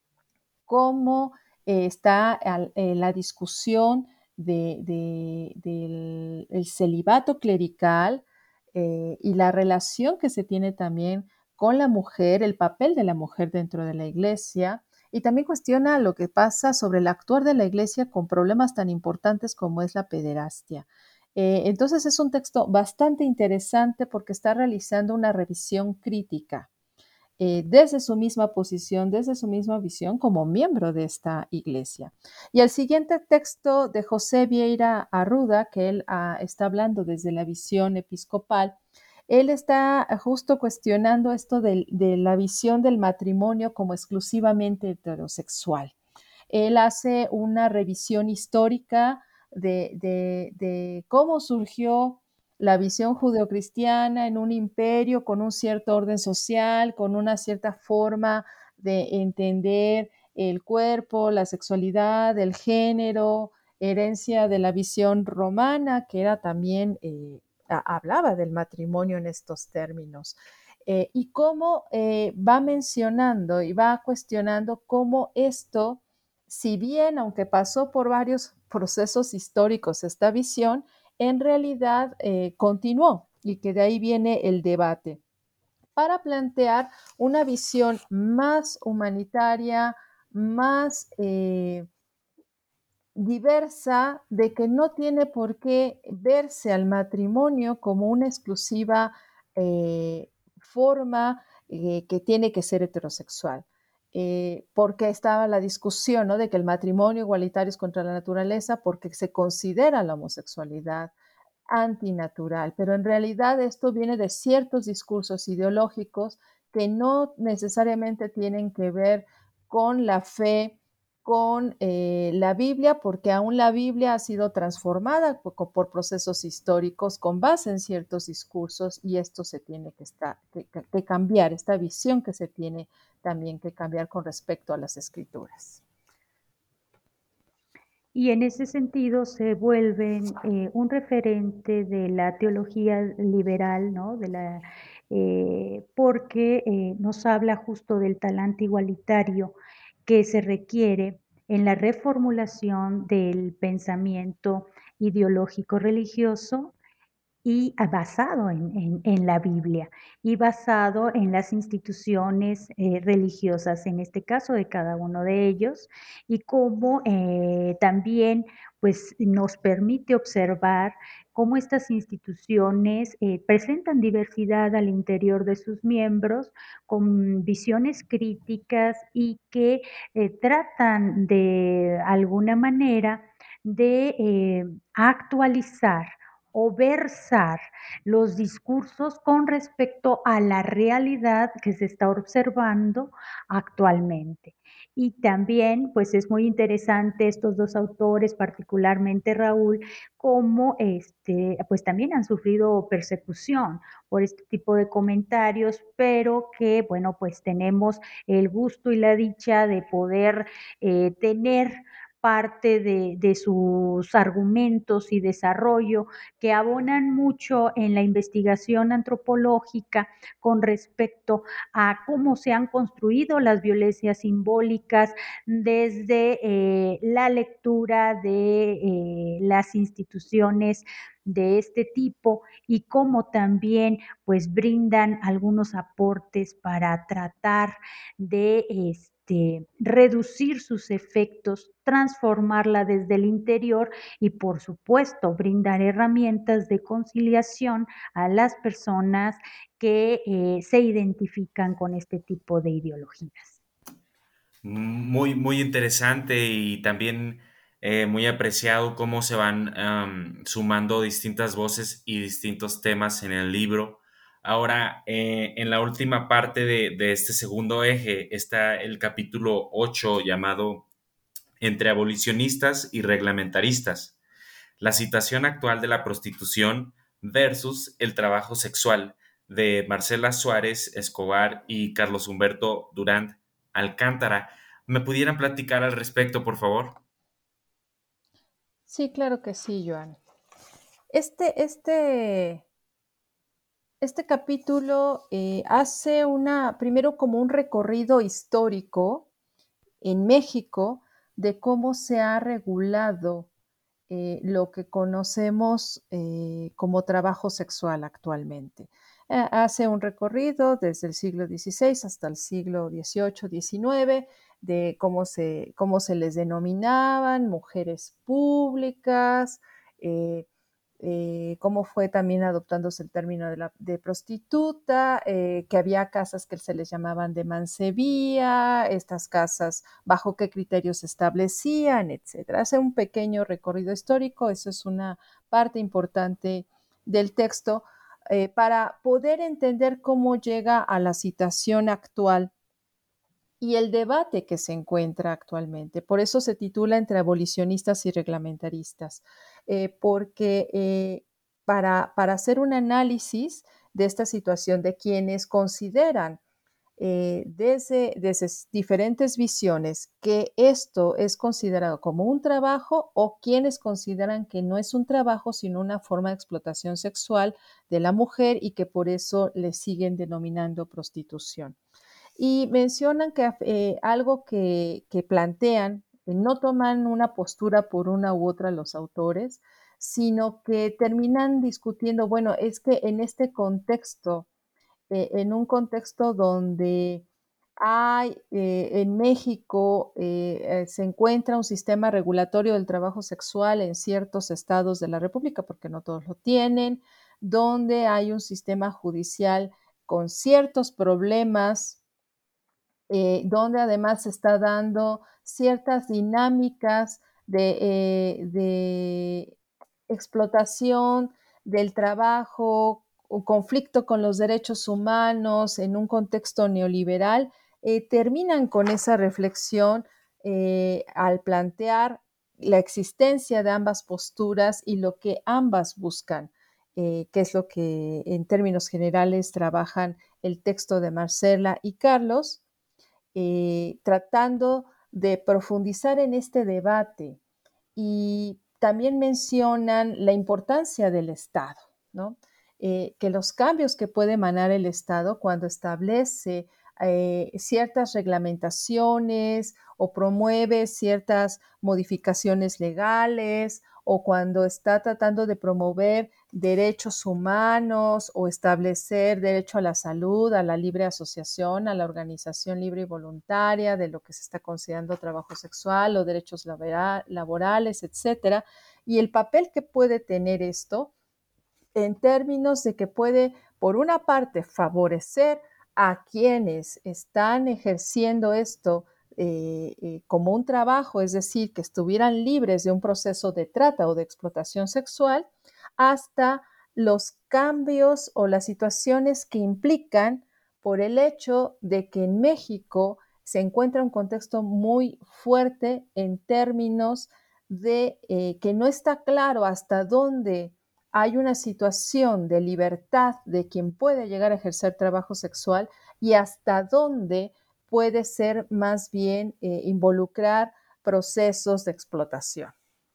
cómo eh, está al, eh, la discusión de, de, del el celibato clerical, eh, y la relación que se tiene también con la mujer, el papel de la mujer dentro de la iglesia, y también cuestiona lo que pasa sobre el actuar de la iglesia con problemas tan importantes como es la pederastia. Eh, entonces es un texto bastante interesante porque está realizando una revisión crítica eh, desde su misma posición, desde su misma visión como miembro de esta iglesia. Y el siguiente texto de José Vieira Arruda, que él ah, está hablando desde la visión episcopal, él está justo cuestionando esto de, de la visión del matrimonio como exclusivamente heterosexual. Él hace una revisión histórica de, de, de cómo surgió la visión judeocristiana en un imperio con un cierto orden social, con una cierta forma de entender el cuerpo, la sexualidad, el género, herencia de la visión romana, que era también, eh, hablaba del matrimonio en estos términos. Eh, y cómo eh, va mencionando y va cuestionando cómo esto, si bien, aunque pasó por varios procesos históricos esta visión, en realidad eh, continuó y que de ahí viene el debate para plantear una visión más humanitaria, más eh, diversa, de que no tiene por qué verse al matrimonio como una exclusiva eh, forma eh, que tiene que ser heterosexual. Eh, porque estaba la discusión, ¿no?, de que el matrimonio igualitario es contra la naturaleza porque se considera la homosexualidad antinatural, pero en realidad esto viene de ciertos discursos ideológicos que no necesariamente tienen que ver con la fe, con eh, la Biblia, porque aún la Biblia ha sido transformada por, por procesos históricos con base en ciertos discursos y esto se tiene que, estar, que, que cambiar, esta visión que se tiene también que cambiar con respecto a las escrituras. Y en ese sentido se vuelven eh, un referente de la teología liberal, ¿no? De la, eh, porque eh, nos habla justo del talante igualitario que se requiere en la reformulación del pensamiento ideológico religioso y basado en, en, en, la Biblia y basado en las instituciones eh, religiosas, en este caso de cada uno de ellos, y cómo eh, también pues, nos permite observar cómo estas instituciones eh, presentan diversidad al interior de sus miembros con visiones críticas y que eh, tratan de alguna manera de eh, actualizar o versar los discursos con respecto a la realidad que se está observando actualmente. Y también, pues es muy interesante estos dos autores, particularmente Raúl, cómo este, pues también han sufrido persecución por este tipo de comentarios, pero que, bueno, pues tenemos el gusto y la dicha de poder eh, tener parte de, de, sus argumentos y desarrollo que abonan mucho en la investigación antropológica con respecto a cómo se han construido las violencias simbólicas desde eh, la lectura de eh, las instituciones de este tipo y cómo también pues brindan algunos aportes para tratar de este, reducir sus efectos, transformarla desde el interior y por supuesto brindar herramientas de conciliación a las personas que eh, se identifican con este tipo de ideologías. Muy, muy interesante y también eh, muy apreciado cómo se van am, sumando distintas voces y distintos temas en el libro. Ahora, eh, en la última parte de, de este segundo eje está el capítulo ocho llamado Entre abolicionistas y reglamentaristas, la situación actual de la prostitución versus el trabajo sexual, de Marcela Suárez Escobar y Carlos Humberto Durán Alcántara. ¿Me pudieran platicar al respecto, por favor? Sí, claro que sí, Joan. Este, este, este capítulo eh, hace una, primero como un recorrido histórico en México de cómo se ha regulado eh, lo que conocemos eh, como trabajo sexual actualmente. Eh, hace un recorrido desde el siglo dieciséis hasta el siglo dieciocho, diecinueve, de cómo se, cómo se les denominaban mujeres públicas, eh, eh, cómo fue también adoptándose el término de, la, de prostituta, eh, que había casas que se les llamaban de mancebía, estas casas bajo qué criterios se establecían, etcétera. Hace un pequeño recorrido histórico, eso es una parte importante del texto, eh, para poder entender cómo llega a la situación actual y el debate que se encuentra actualmente. Por eso se titula Entre abolicionistas y reglamentaristas, eh, porque eh, para, para, hacer un análisis de esta situación de quienes consideran eh, desde, desde diferentes visiones que esto es considerado como un trabajo o quienes consideran que no es un trabajo sino una forma de explotación sexual de la mujer y que por eso le siguen denominando prostitución. Y mencionan que eh, algo que, que plantean, que no toman una postura por una u otra los autores, sino que terminan discutiendo, bueno, es que en este contexto, eh, en un contexto donde hay eh, en México eh, eh, se encuentra un sistema regulatorio del trabajo sexual en ciertos estados de la República, porque no todos lo tienen, donde hay un sistema judicial con ciertos problemas, eh, donde además se está dando ciertas dinámicas de, eh, de explotación del trabajo o conflicto con los derechos humanos en un contexto neoliberal, eh, terminan con esa reflexión eh, al plantear la existencia de ambas posturas y lo que ambas buscan, eh, que es lo que en términos generales trabajan el texto de Marcela y Carlos, eh, tratando de profundizar en este debate y también mencionan la importancia del Estado, ¿no? Eh, que los cambios que puede emanar el Estado cuando establece eh, ciertas reglamentaciones o promueve ciertas modificaciones legales o cuando está tratando de promover derechos humanos o establecer derecho a la salud, a la libre asociación, a la organización libre y voluntaria, de lo que se está considerando trabajo sexual o derechos laborales, etcétera. Y el papel que puede tener esto en términos de que puede, por una parte, favorecer a quienes están ejerciendo esto eh, eh, como un trabajo, es decir, que estuvieran libres de un proceso de trata o de explotación sexual, hasta los cambios o las situaciones que implican por el hecho de que en México se encuentra un contexto muy fuerte en términos de eh, que no está claro hasta dónde hay una situación de libertad de quien puede llegar a ejercer trabajo sexual y hasta dónde puede ser más bien eh, involucrar procesos de explotación.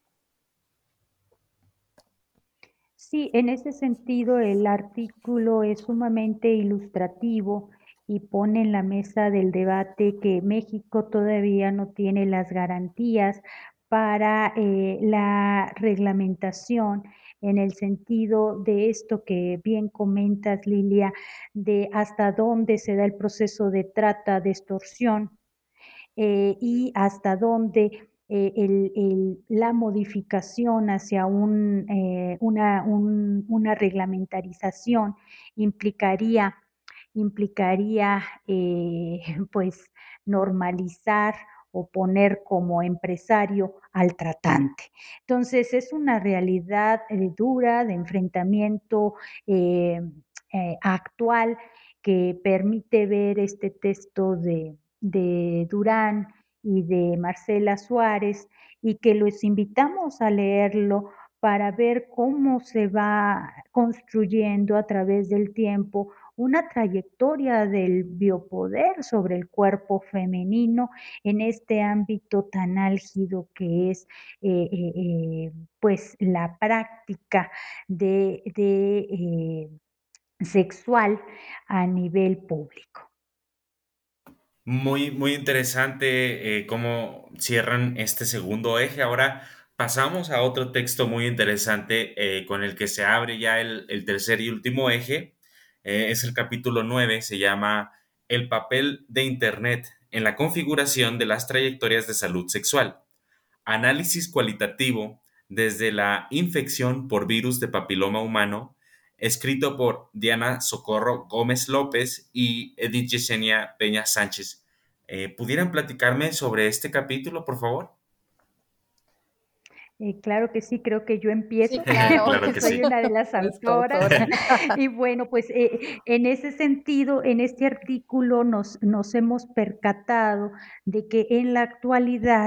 Sí, en ese sentido el artículo es sumamente ilustrativo y pone en la mesa del debate que México todavía no tiene las garantías para eh, la reglamentación en el sentido de esto que bien comentas, Lilia, de hasta dónde se da el proceso de trata, de extorsión, eh, y hasta dónde eh, el, el, la modificación hacia un, eh, una, un, una reglamentarización implicaría implicaría eh, pues normalizar o poner como empresario al tratante. Entonces es una realidad eh, dura de enfrentamiento eh, eh, actual que permite ver este texto de, de Durán y de Marcela Suárez y que los invitamos a leerlo para ver cómo se va construyendo a través del tiempo una trayectoria del biopoder sobre el cuerpo femenino en este ámbito tan álgido que es eh, eh, eh, pues la práctica de, de eh, sexual a nivel público. Muy, muy interesante eh, cómo cierran este segundo eje. Ahora pasamos a otro texto muy interesante eh, con el que se abre ya el, el tercer y último eje. Eh, es el capítulo nueve, se llama El papel de Internet en la configuración de las trayectorias de salud sexual. Análisis cualitativo desde la infección por virus de papiloma humano, escrito por Diana Socorro Gómez López y Edith Yesenia Peña Sánchez. Eh, ¿Pudieran platicarme sobre este capítulo, por favor? Eh, claro que sí, creo que yo Sí, empiezo claro. Claro porque que soy sí. una de las Es autoras. coautora. Y bueno, pues eh, en ese sentido, en este artículo nos, nos hemos percatado de que en la actualidad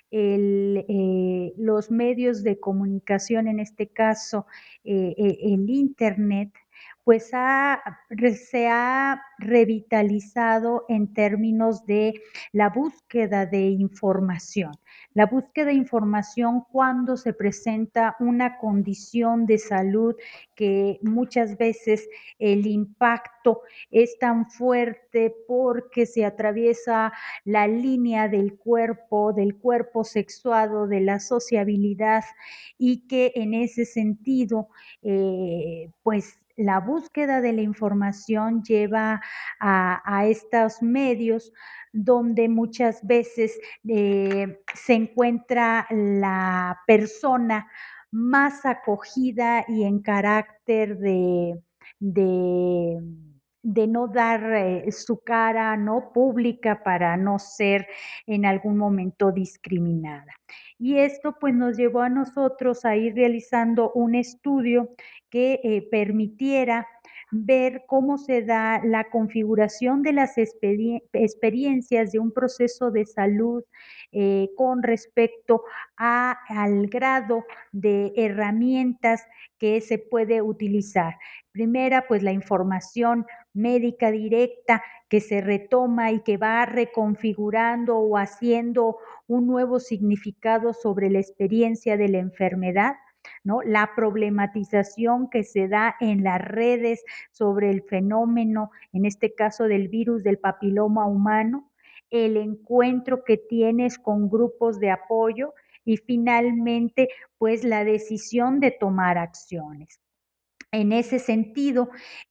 el, eh, los medios de comunicación, en este caso eh, eh, el Internet, pues ha, re- se ha revitalizado en términos de la búsqueda de información. La búsqueda de información cuando se presenta una condición de salud que muchas veces el impacto es tan fuerte porque se atraviesa la línea del cuerpo, del cuerpo sexuado, de la sociabilidad y que en ese sentido, eh, pues la búsqueda de la información lleva a, a estos medios donde muchas veces eh, se encuentra la persona más acogida y en carácter de, de, de no dar eh, su cara no pública para no ser en algún momento discriminada. Y esto pues nos llevó a nosotros a ir realizando un estudio que eh, permitiera ver cómo se da la configuración de las experiencias de un proceso de salud eh, con respecto a, al grado de herramientas que se puede utilizar. Primera, pues la información médica directa que se retoma y que va reconfigurando o haciendo un nuevo significado sobre la experiencia de la enfermedad. ¿No? La problematización que se da en las redes sobre el fenómeno, en este caso del virus del papiloma humano, el encuentro que tienes con grupos de apoyo y finalmente, pues la decisión de tomar acciones. En ese sentido,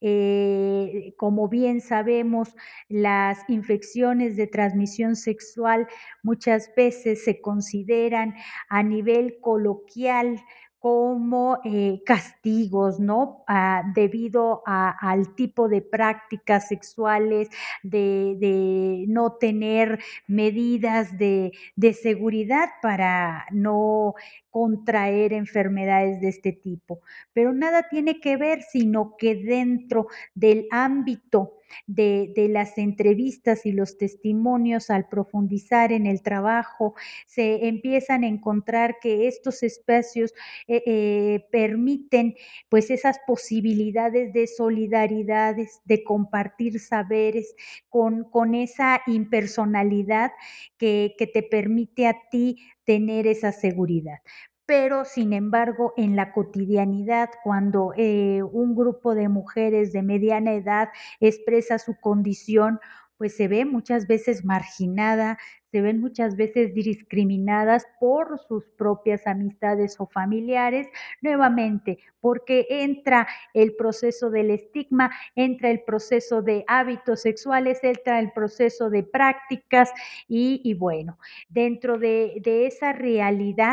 eh, como bien sabemos, las infecciones de transmisión sexual muchas veces se consideran a nivel coloquial como eh, castigos, ¿no? Ah, debido a, al tipo de prácticas sexuales, de, de no tener medidas de, de seguridad para no contraer enfermedades de este tipo. Pero nada tiene que ver, sino que dentro del ámbito de, de, las entrevistas y los testimonios, al profundizar en el trabajo, se empiezan a encontrar que estos espacios eh, eh, permiten pues esas posibilidades de solidaridades, de compartir saberes con, con esa impersonalidad que, que te permite a ti tener esa seguridad. Pero, sin embargo, en la cotidianidad, cuando eh, un grupo de mujeres de mediana edad expresa su condición, pues se ve muchas veces marginada, se ven muchas veces discriminadas por sus propias amistades o familiares, nuevamente, porque entra el proceso del estigma, entra el proceso de hábitos sexuales, entra el proceso de prácticas y, y bueno, dentro de, de esa realidad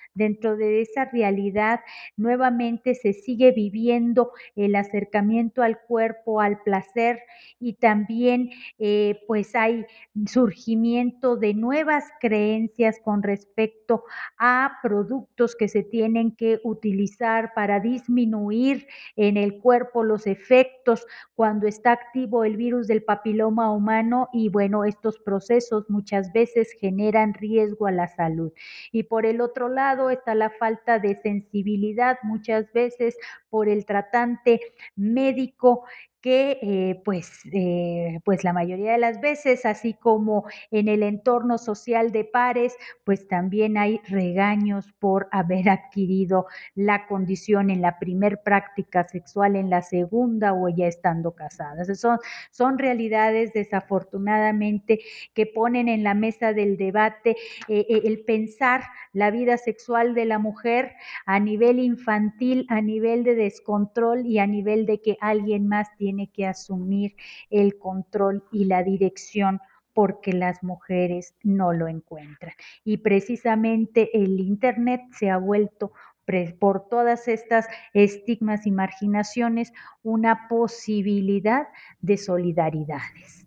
dentro de esa realidad nuevamente se sigue viviendo el acercamiento al cuerpo, al placer y también eh, pues hay surgimiento de nuevas creencias con respecto a productos que se tienen que utilizar para disminuir en el cuerpo los efectos cuando está activo el virus del papiloma humano y bueno, estos procesos muchas veces generan riesgo a la salud. Y por el otro lado está la falta de sensibilidad muchas veces por el tratante médico que eh, pues, eh, pues la mayoría de las veces, así como en el entorno social de pares, pues también hay regaños por haber adquirido la condición en la primer práctica sexual, en la segunda o ya estando casadas. Son, son realidades desafortunadamente que ponen en la mesa del debate eh, eh, el pensar la vida sexual de la mujer a nivel infantil, a nivel de descontrol y a nivel de que alguien más tiene que asumir el control y la dirección porque las mujeres no lo encuentran. Y precisamente el Internet se ha vuelto por todas estas estigmas y marginaciones una posibilidad de solidaridades.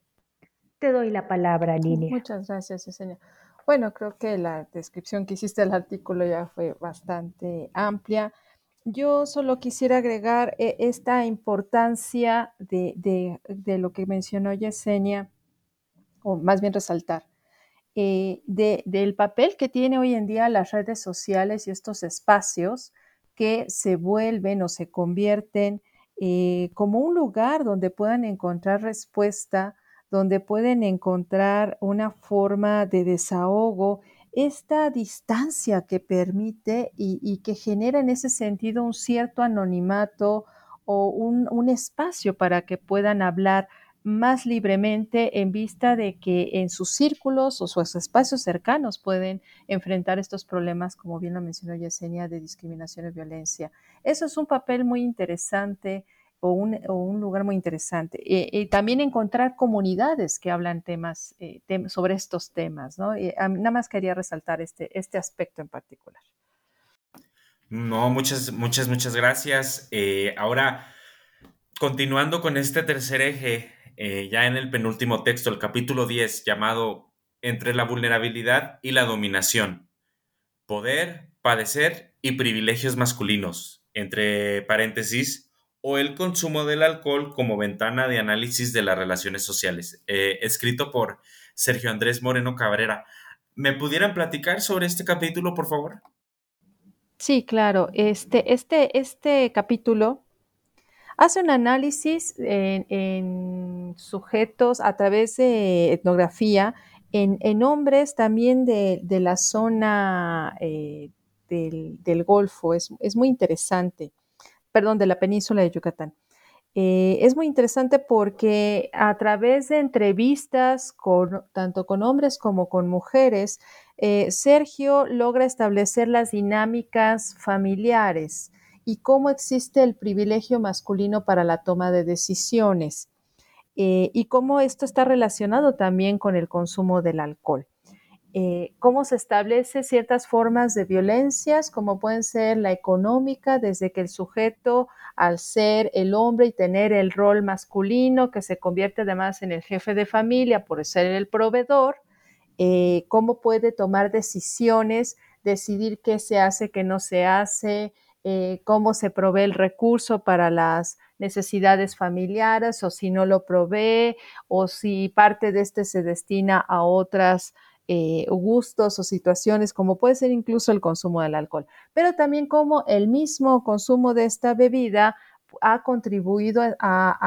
Te doy la palabra, Lilia. Muchas gracias, Yesenia. Bueno, creo que la descripción que hiciste del artículo ya fue bastante amplia. Yo solo quisiera agregar eh, esta importancia de, de, de lo que mencionó Yesenia, o más bien resaltar, eh, de, del papel que tiene hoy en día las redes sociales y estos espacios que se vuelven o se convierten eh, como un lugar donde puedan encontrar respuesta, donde pueden encontrar una forma de desahogo, esta distancia que permite y, y que genera en ese sentido un cierto anonimato o un, un espacio para que puedan hablar más libremente en vista de que en sus círculos o sus espacios cercanos pueden enfrentar estos problemas, como bien lo mencionó Yesenia, de discriminación y violencia. Eso es un papel muy interesante o un, o un lugar muy interesante. Eh, y también encontrar comunidades que hablan temas, eh, tem sobre estos temas, ¿no? Y, um, nada más quería resaltar este, este aspecto en particular. No, muchas, muchas, muchas gracias. Eh, ahora, continuando con este tercer eje, eh, ya en el penúltimo texto, el capítulo diez, llamado Entre la vulnerabilidad y la dominación, poder, padecer y privilegios masculinos, entre paréntesis, o el consumo del alcohol como ventana de análisis de las relaciones sociales, eh, escrito por Sergio Andrés Moreno Cabrera. ¿Me pudieran platicar sobre este capítulo, por favor? Sí, claro. Este, este, este capítulo hace un análisis en, en sujetos a través de etnografía, en, en hombres también de, de la zona eh, del, del Golfo. Es, es muy interesante, perdón, de la península de Yucatán. Eh, es muy interesante porque a través de entrevistas con, tanto con hombres como con mujeres, eh, Sergio logra establecer las dinámicas familiares y cómo existe el privilegio masculino para la toma de decisiones eh, y cómo esto está relacionado también con el consumo del alcohol. Eh, cómo se establece ciertas formas de violencias, como pueden ser la económica, desde que el sujeto, al ser el hombre y tener el rol masculino, que se convierte además en el jefe de familia por ser el proveedor, eh, cómo puede tomar decisiones, decidir qué se hace, qué no se hace, eh, cómo se provee el recurso para las necesidades familiares o si no lo provee o si parte de este se destina a otras eh, gustos o situaciones como puede ser incluso el consumo del alcohol, pero también cómo el mismo consumo de esta bebida ha contribuido a,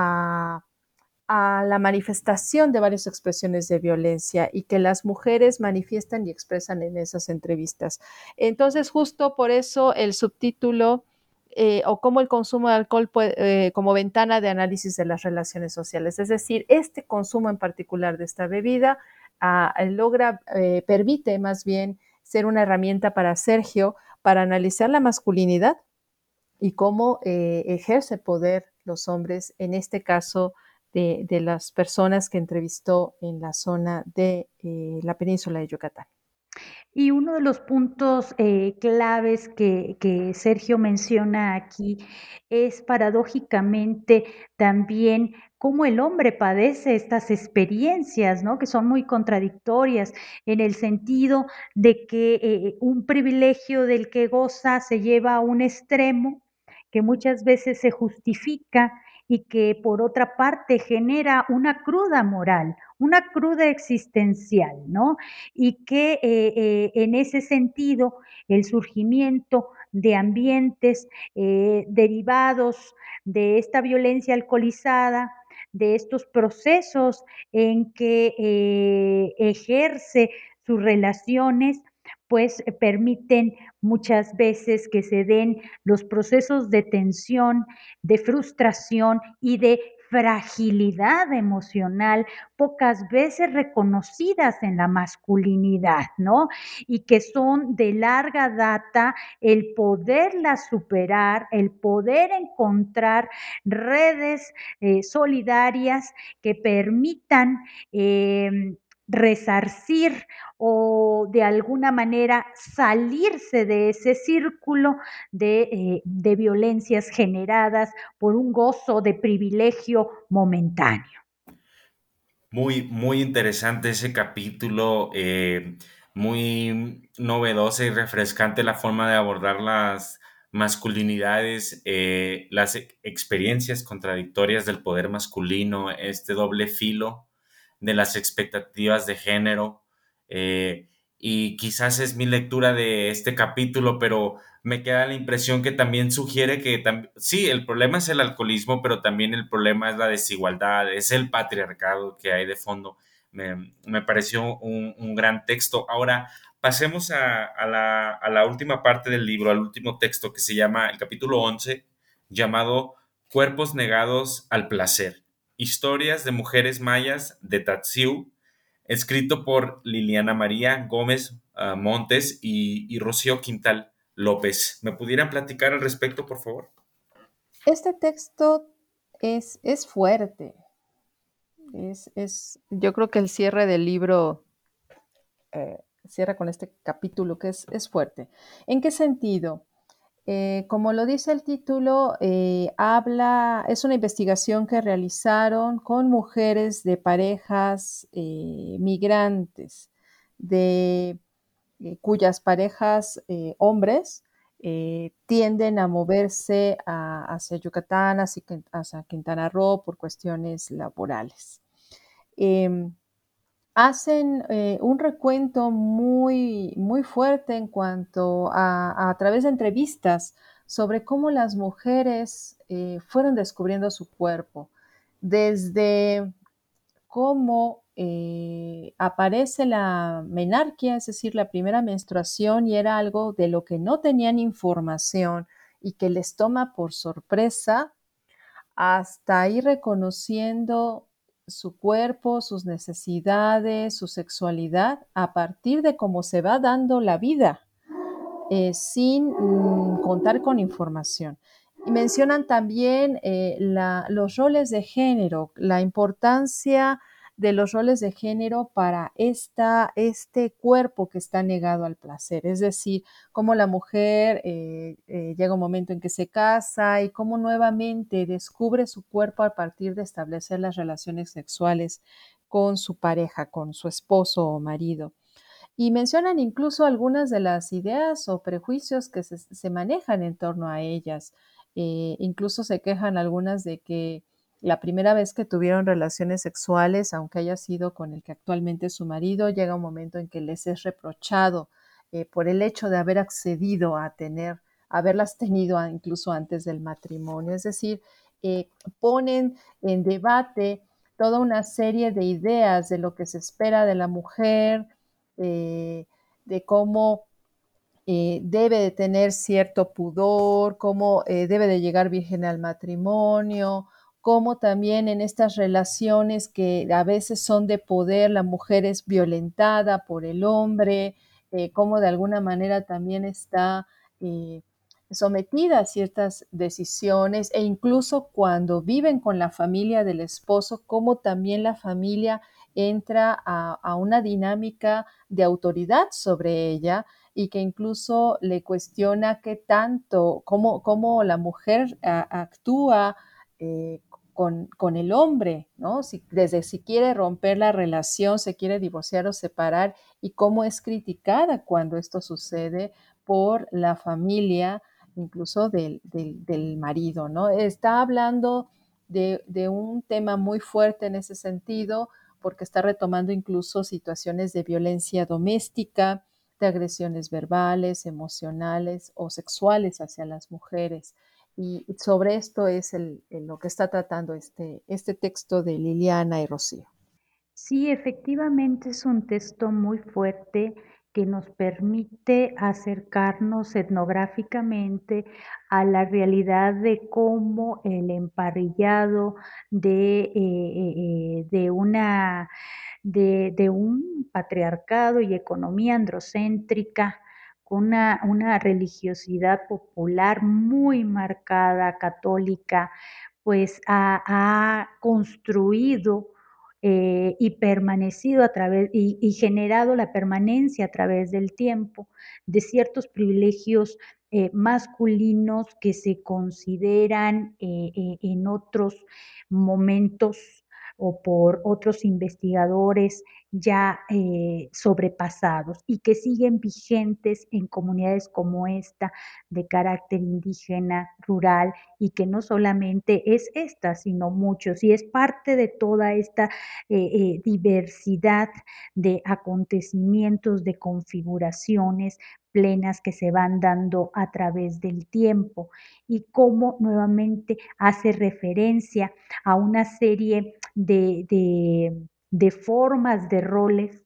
a a la manifestación de varias expresiones de violencia y que las mujeres manifiestan y expresan en esas entrevistas. Entonces, justo por eso el subtítulo eh, o cómo el consumo de alcohol puede, eh, como ventana de análisis de las relaciones sociales. Es decir, este consumo en particular de esta bebida ah, logra, eh, permite más bien ser una herramienta para Sergio para analizar la masculinidad y cómo eh, ejerce poder los hombres, en este caso, de, de las personas que entrevistó en la zona de eh, la península de Yucatán. Y uno de los puntos eh, claves que, que Sergio menciona aquí es paradójicamente también cómo el hombre padece estas experiencias, ¿no? Que son muy contradictorias en el sentido de que eh, un privilegio del que goza se lleva a un extremo que muchas veces se justifica y que por otra parte genera una cruda moral, una cruda existencial, ¿no? Y que eh, eh, en ese sentido el surgimiento de ambientes eh, derivados de esta violencia alcoholizada, de estos procesos en que eh, ejerce sus relaciones, pues eh, permiten muchas veces que se den los procesos de tensión, de frustración y de fragilidad emocional, pocas veces reconocidas en la masculinidad, ¿no? Y que son de larga data el poderlas superar, el poder encontrar redes eh, solidarias que permitan eh, resarcir o de alguna manera salirse de ese círculo de, eh, de violencias generadas por un gozo de privilegio momentáneo. Muy, muy interesante ese capítulo, eh, muy novedosa y refrescante la forma de abordar las masculinidades, eh, las e- experiencias contradictorias del poder masculino, este doble filo de las expectativas de género. eh, y quizás es mi lectura de este capítulo, pero me queda la impresión que también sugiere que tam- sí, el problema es el alcoholismo, pero también el problema es la desigualdad, es el patriarcado que hay de fondo. Me, me pareció un, un gran texto. Ahora, pasemos a, a la, a la última parte del libro, al último texto que se llama el capítulo once, llamado Cuerpos negados al placer. Historias de mujeres mayas de Tatsiu, escrito por Liliana María Gómez uh, Montes y, y Rocío Quintal López. ¿Me pudieran platicar al respecto, por favor? Este texto es, es fuerte. Es, es, yo creo que el cierre del libro eh, cierra con este capítulo que es, es fuerte. ¿En qué sentido? Eh, como lo dice el título, eh, habla, es una investigación que realizaron con mujeres de parejas eh, migrantes, de, eh, cuyas parejas eh, hombres eh, tienden a moverse a, hacia Yucatán, hacia, hacia Quintana Roo por cuestiones laborales. Eh, hacen eh, un recuento muy, muy fuerte en cuanto a, a través de entrevistas sobre cómo las mujeres eh, fueron descubriendo su cuerpo, desde cómo eh, aparece la menarquia, es decir, la primera menstruación, y era algo de lo que no tenían información y que les toma por sorpresa, hasta ir reconociendo su cuerpo, sus necesidades, su sexualidad, a partir de cómo se va dando la vida, eh, sin mm, contar con información. Y mencionan también eh, la, los roles de género, la importancia de los roles de género para esta, este cuerpo que está negado al placer. Es decir, cómo la mujer eh, eh, llega un momento en que se casa y cómo nuevamente descubre su cuerpo a partir de establecer las relaciones sexuales con su pareja, con su esposo o marido. Y mencionan incluso algunas de las ideas o prejuicios que se, se manejan en torno a ellas. Eh, incluso se quejan algunas de que la primera vez que tuvieron relaciones sexuales, aunque haya sido con el que actualmente es su marido, llega un momento en que les es reprochado eh, por el hecho de haber accedido a tener, haberlas tenido a, incluso antes del matrimonio. Es decir, eh, ponen en debate toda una serie de ideas de lo que se espera de la mujer, eh, de cómo eh, debe de tener cierto pudor, cómo eh, debe de llegar virgen al matrimonio, cómo también en estas relaciones que a veces son de poder, la mujer es violentada por el hombre, eh, cómo de alguna manera también está eh, sometida a ciertas decisiones e incluso cuando viven con la familia del esposo, como también la familia entra a, a una dinámica de autoridad sobre ella y que incluso le cuestiona qué tanto, cómo, cómo la mujer a, actúa eh, con, con el hombre, ¿no? Si, desde si quiere romper la relación, se quiere divorciar o separar y cómo es criticada cuando esto sucede por la familia, incluso del, del, del marido, ¿no? Está hablando de, de un tema muy fuerte en ese sentido, porque está retomando incluso situaciones de violencia doméstica, de agresiones verbales, emocionales o sexuales hacia las mujeres. Y sobre esto es el, el, lo que está tratando este, este texto de Liliana y Rocío. Sí, efectivamente es un texto muy fuerte que nos permite acercarnos etnográficamente a la realidad de cómo el emparrillado de, eh, eh, de, una, de, de un patriarcado y economía androcéntrica, con una, una religiosidad popular muy marcada, católica, pues ha, ha construido eh, y permanecido a través y, y generado la permanencia a través del tiempo de ciertos privilegios eh, masculinos que se consideran eh, eh, en otros momentos o por otros investigadores ya eh, sobrepasados y que siguen vigentes en comunidades como esta de carácter indígena, rural, y que no solamente es esta, sino muchos, y es parte de toda esta eh, eh, diversidad de acontecimientos, de configuraciones plenas que se van dando a través del tiempo y cómo nuevamente hace referencia a una serie de, de, de formas, de roles,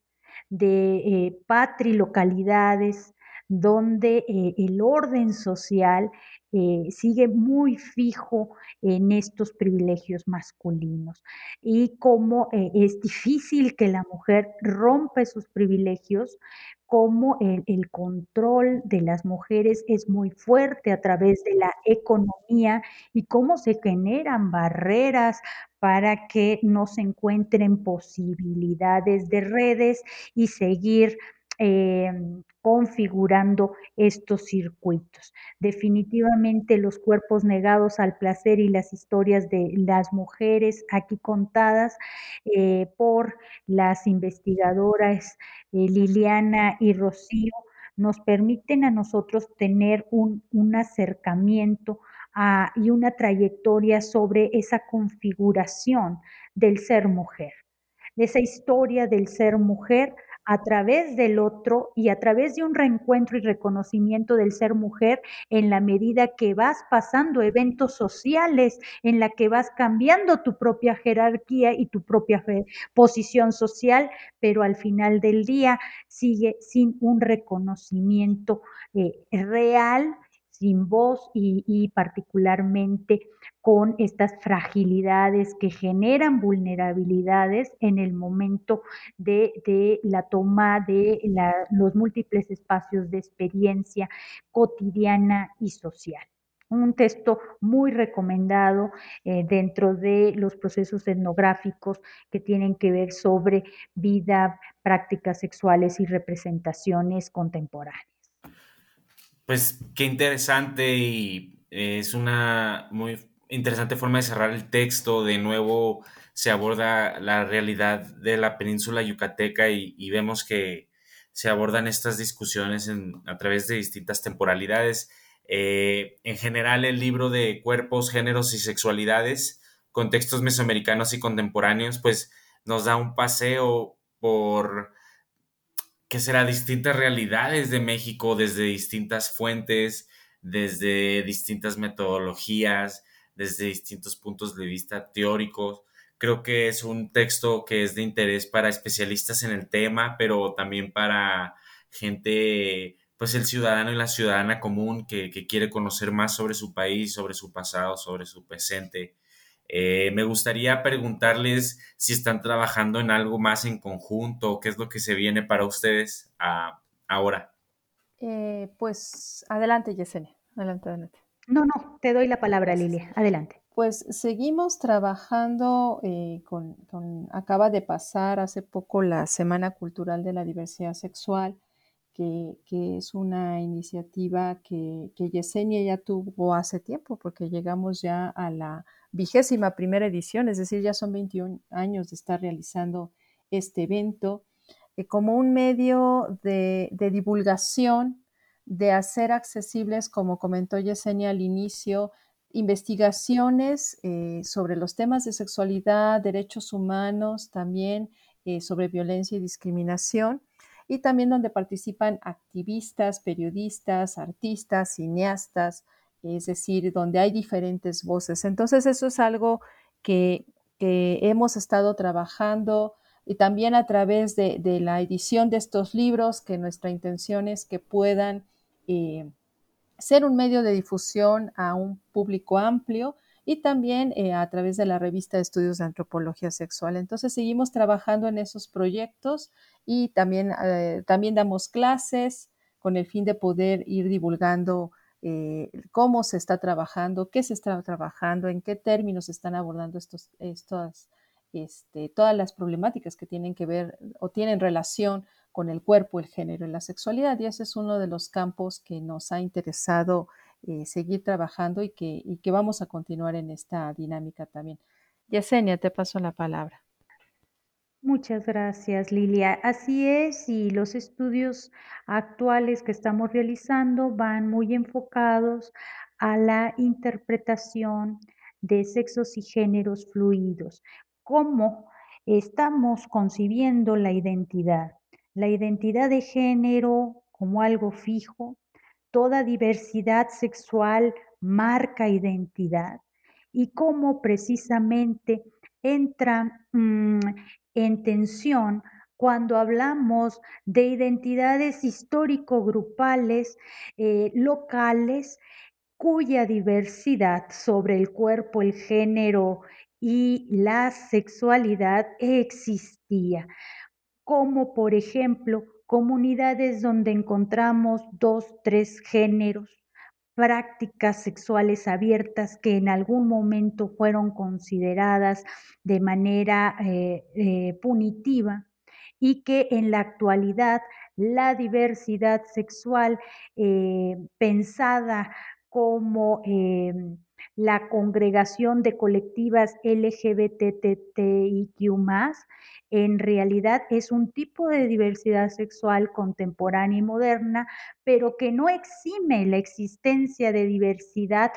de eh, patrilocalidades, donde eh, el orden social eh, sigue muy fijo en estos privilegios masculinos y cómo eh, es difícil que la mujer rompa sus privilegios, cómo el, el control de las mujeres es muy fuerte a través de la economía y cómo se generan barreras para que no se encuentren posibilidades de redes y seguir eh, configurando estos circuitos. Definitivamente los cuerpos negados al placer y las historias de las mujeres aquí contadas eh, por las investigadoras eh, Liliana y Rocío nos permiten a nosotros tener un, un acercamiento a, y una trayectoria sobre esa configuración del ser mujer, de esa historia del ser mujer a través del otro y a través de un reencuentro y reconocimiento del ser mujer en la medida que vas pasando eventos sociales, en la que vas cambiando tu propia jerarquía y tu propia posición social, pero al final del día sigue sin un reconocimiento eh, real, sin voz y, y particularmente con estas fragilidades que generan vulnerabilidades en el momento de, de la toma de la, los múltiples espacios de experiencia cotidiana y social. Un texto muy recomendado eh, dentro de los procesos etnográficos que tienen que ver sobre vida, prácticas sexuales y representaciones contemporáneas. Pues qué interesante y eh, es una muy interesante forma de cerrar el texto. De nuevo se aborda la realidad de la península yucateca y, y vemos que se abordan estas discusiones en, a través de distintas temporalidades. Eh, en general, el libro de Cuerpos, Géneros y Sexualidades, Contextos Mesoamericanos y Contemporáneos, pues nos da un paseo por que será distintas realidades de México desde distintas fuentes, desde distintas metodologías, desde distintos puntos de vista teóricos. Creo que es un texto que es de interés para especialistas en el tema, pero también para gente, pues el ciudadano y la ciudadana común que, que quiere conocer más sobre su país, sobre su pasado, sobre su presente. Eh, me gustaría preguntarles si están trabajando en algo más en conjunto, qué es lo que se viene para ustedes a, ahora. Eh, pues adelante, Yesenia. Adelante, adelante. No, no, te doy la palabra, Gracias. Lilia. Adelante. Pues seguimos trabajando eh, con, con- acaba de pasar hace poco la Semana Cultural de la Diversidad Sexual, que, que es una iniciativa que, que Yesenia ya tuvo hace tiempo, porque llegamos ya a la vigésima primera edición, es decir, ya son veintiún años de estar realizando este evento eh, como un medio de, de divulgación, de hacer accesibles, como comentó Yesenia al inicio, investigaciones eh, sobre los temas de sexualidad, derechos humanos, también eh, sobre violencia y discriminación, y también donde participan activistas, periodistas, artistas, cineastas, es decir, donde hay diferentes voces. Entonces, eso es algo que, que hemos estado trabajando y también a través de, de, la edición de estos libros, que nuestra intención es que puedan eh, ser un medio de difusión a un público amplio y también eh, a través de la revista de estudios de antropología sexual. Entonces seguimos trabajando en esos proyectos y también, eh, también damos clases con el fin de poder ir divulgando eh, cómo se está trabajando, qué se está trabajando, en qué términos se están abordando estos, estos, este, todas las problemáticas que tienen que ver o tienen relación con el cuerpo, el género y la sexualidad. Y ese es uno de los campos que nos ha interesado eh, seguir trabajando y que, y que vamos a continuar en esta dinámica también. Yesenia, te paso la palabra. Muchas gracias, Lilia. Así es, y los estudios actuales que estamos realizando van muy enfocados a la interpretación de sexos y géneros fluidos. ¿Cómo estamos concibiendo la identidad? La identidad de género como algo fijo, toda diversidad sexual marca identidad y cómo precisamente entra mmm, en tensión cuando hablamos de identidades histórico-grupales, eh, locales, cuya diversidad sobre el cuerpo, el género y la sexualidad existía, como por ejemplo comunidades donde encontramos dos, tres géneros, prácticas sexuales abiertas que en algún momento fueron consideradas de manera eh, eh, punitiva y que en la actualidad la diversidad sexual eh, pensada como eh, la congregación de colectivas L G B T I Q más, en realidad es un tipo de diversidad sexual contemporánea y moderna, pero que no exime la existencia de diversidad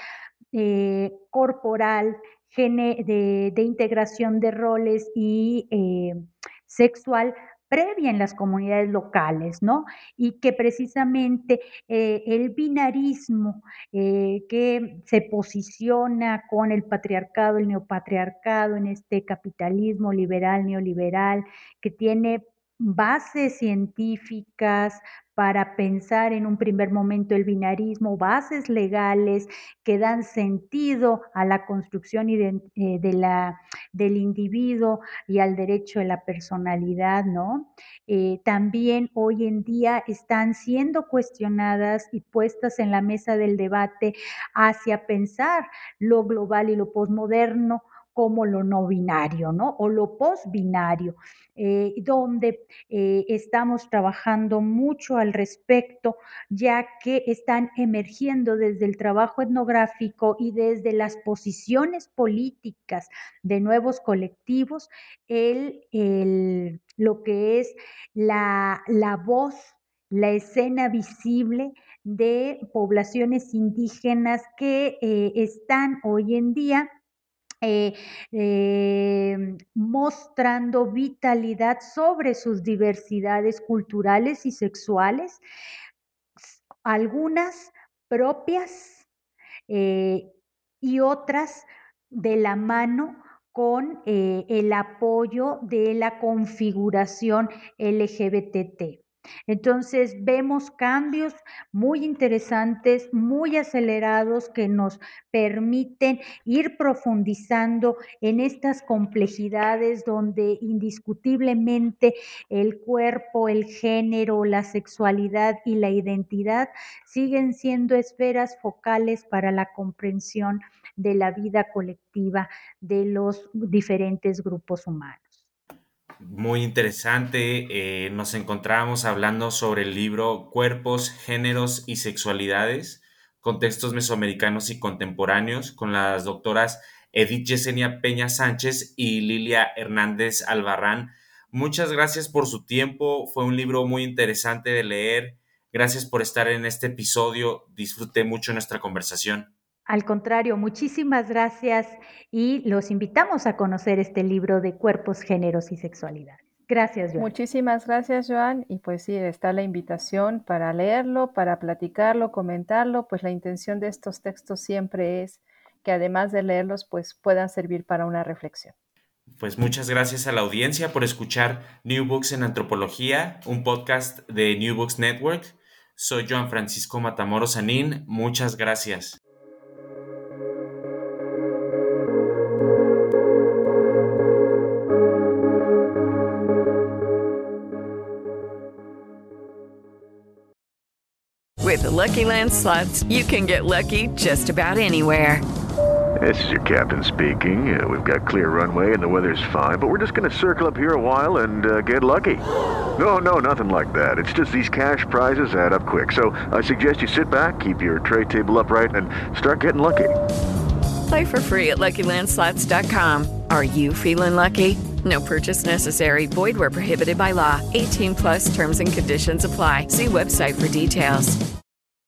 eh, corporal, gene, de, de, integración de roles y eh, sexual previa en las comunidades locales, ¿no? Y que precisamente eh, el binarismo eh, que se posiciona con el patriarcado, el neopatriarcado, en este capitalismo liberal, neoliberal, que tiene bases científicas para pensar en un primer momento el binarismo, bases legales que dan sentido a la construcción y de, eh, de la, del individuo y al derecho de la personalidad, ¿no? Eh, también hoy en día están siendo cuestionadas y puestas en la mesa del debate hacia pensar lo global y lo posmoderno como lo no binario, ¿no? O lo posbinario, eh, donde eh, estamos trabajando mucho al respecto, ya que están emergiendo desde el trabajo etnográfico y desde las posiciones políticas de nuevos colectivos, el, el, lo que es la, la voz, la escena visible de poblaciones indígenas que eh, están hoy en día eh, eh, mostrando vitalidad sobre sus diversidades culturales y sexuales, algunas propias eh, y otras de la mano con eh, el apoyo de la configuración L G B T. Entonces vemos cambios muy interesantes, muy acelerados que nos permiten ir profundizando en estas complejidades donde indiscutiblemente el cuerpo, el género, la sexualidad y la identidad siguen siendo esferas focales para la comprensión de la vida colectiva de los diferentes grupos humanos. Muy interesante. Eh, nos encontramos hablando sobre el libro Cuerpos, Géneros y Sexualidades, Contextos Mesoamericanos y Contemporáneos, con las doctoras Edith Yesenia Peña Sánchez y Lilia Hernández Albarrán. Muchas gracias por su tiempo. Fue un libro muy interesante de leer. Gracias por estar en este episodio. Disfruté mucho nuestra conversación. Al contrario, muchísimas gracias y los invitamos a conocer este libro de Cuerpos, Géneros y Sexualidad. Gracias, Joan. Muchísimas gracias, Joan. Y pues sí, está la invitación para leerlo, para platicarlo, comentarlo. Pues la intención de estos textos siempre es que además de leerlos, pues puedan servir para una reflexión. Pues muchas gracias a la audiencia por escuchar New Books en Antropología, un podcast de New Books Network. Soy Joan Francisco Matamoros Sanín. Muchas gracias. With the Lucky Land Slots, you can get lucky just about anywhere. This is your captain speaking. Uh, we've got clear runway and the weather's fine, but we're just going to circle up here a while and uh, get lucky. No, no, nothing like that. It's just these cash prizes add up quick. So I suggest you sit back, keep your tray table upright, and start getting lucky. Play for free at Lucky Land Slots dot com. Are you feeling lucky? No purchase necessary. Void where prohibited by law. eighteen plus terms and conditions apply. See website for details.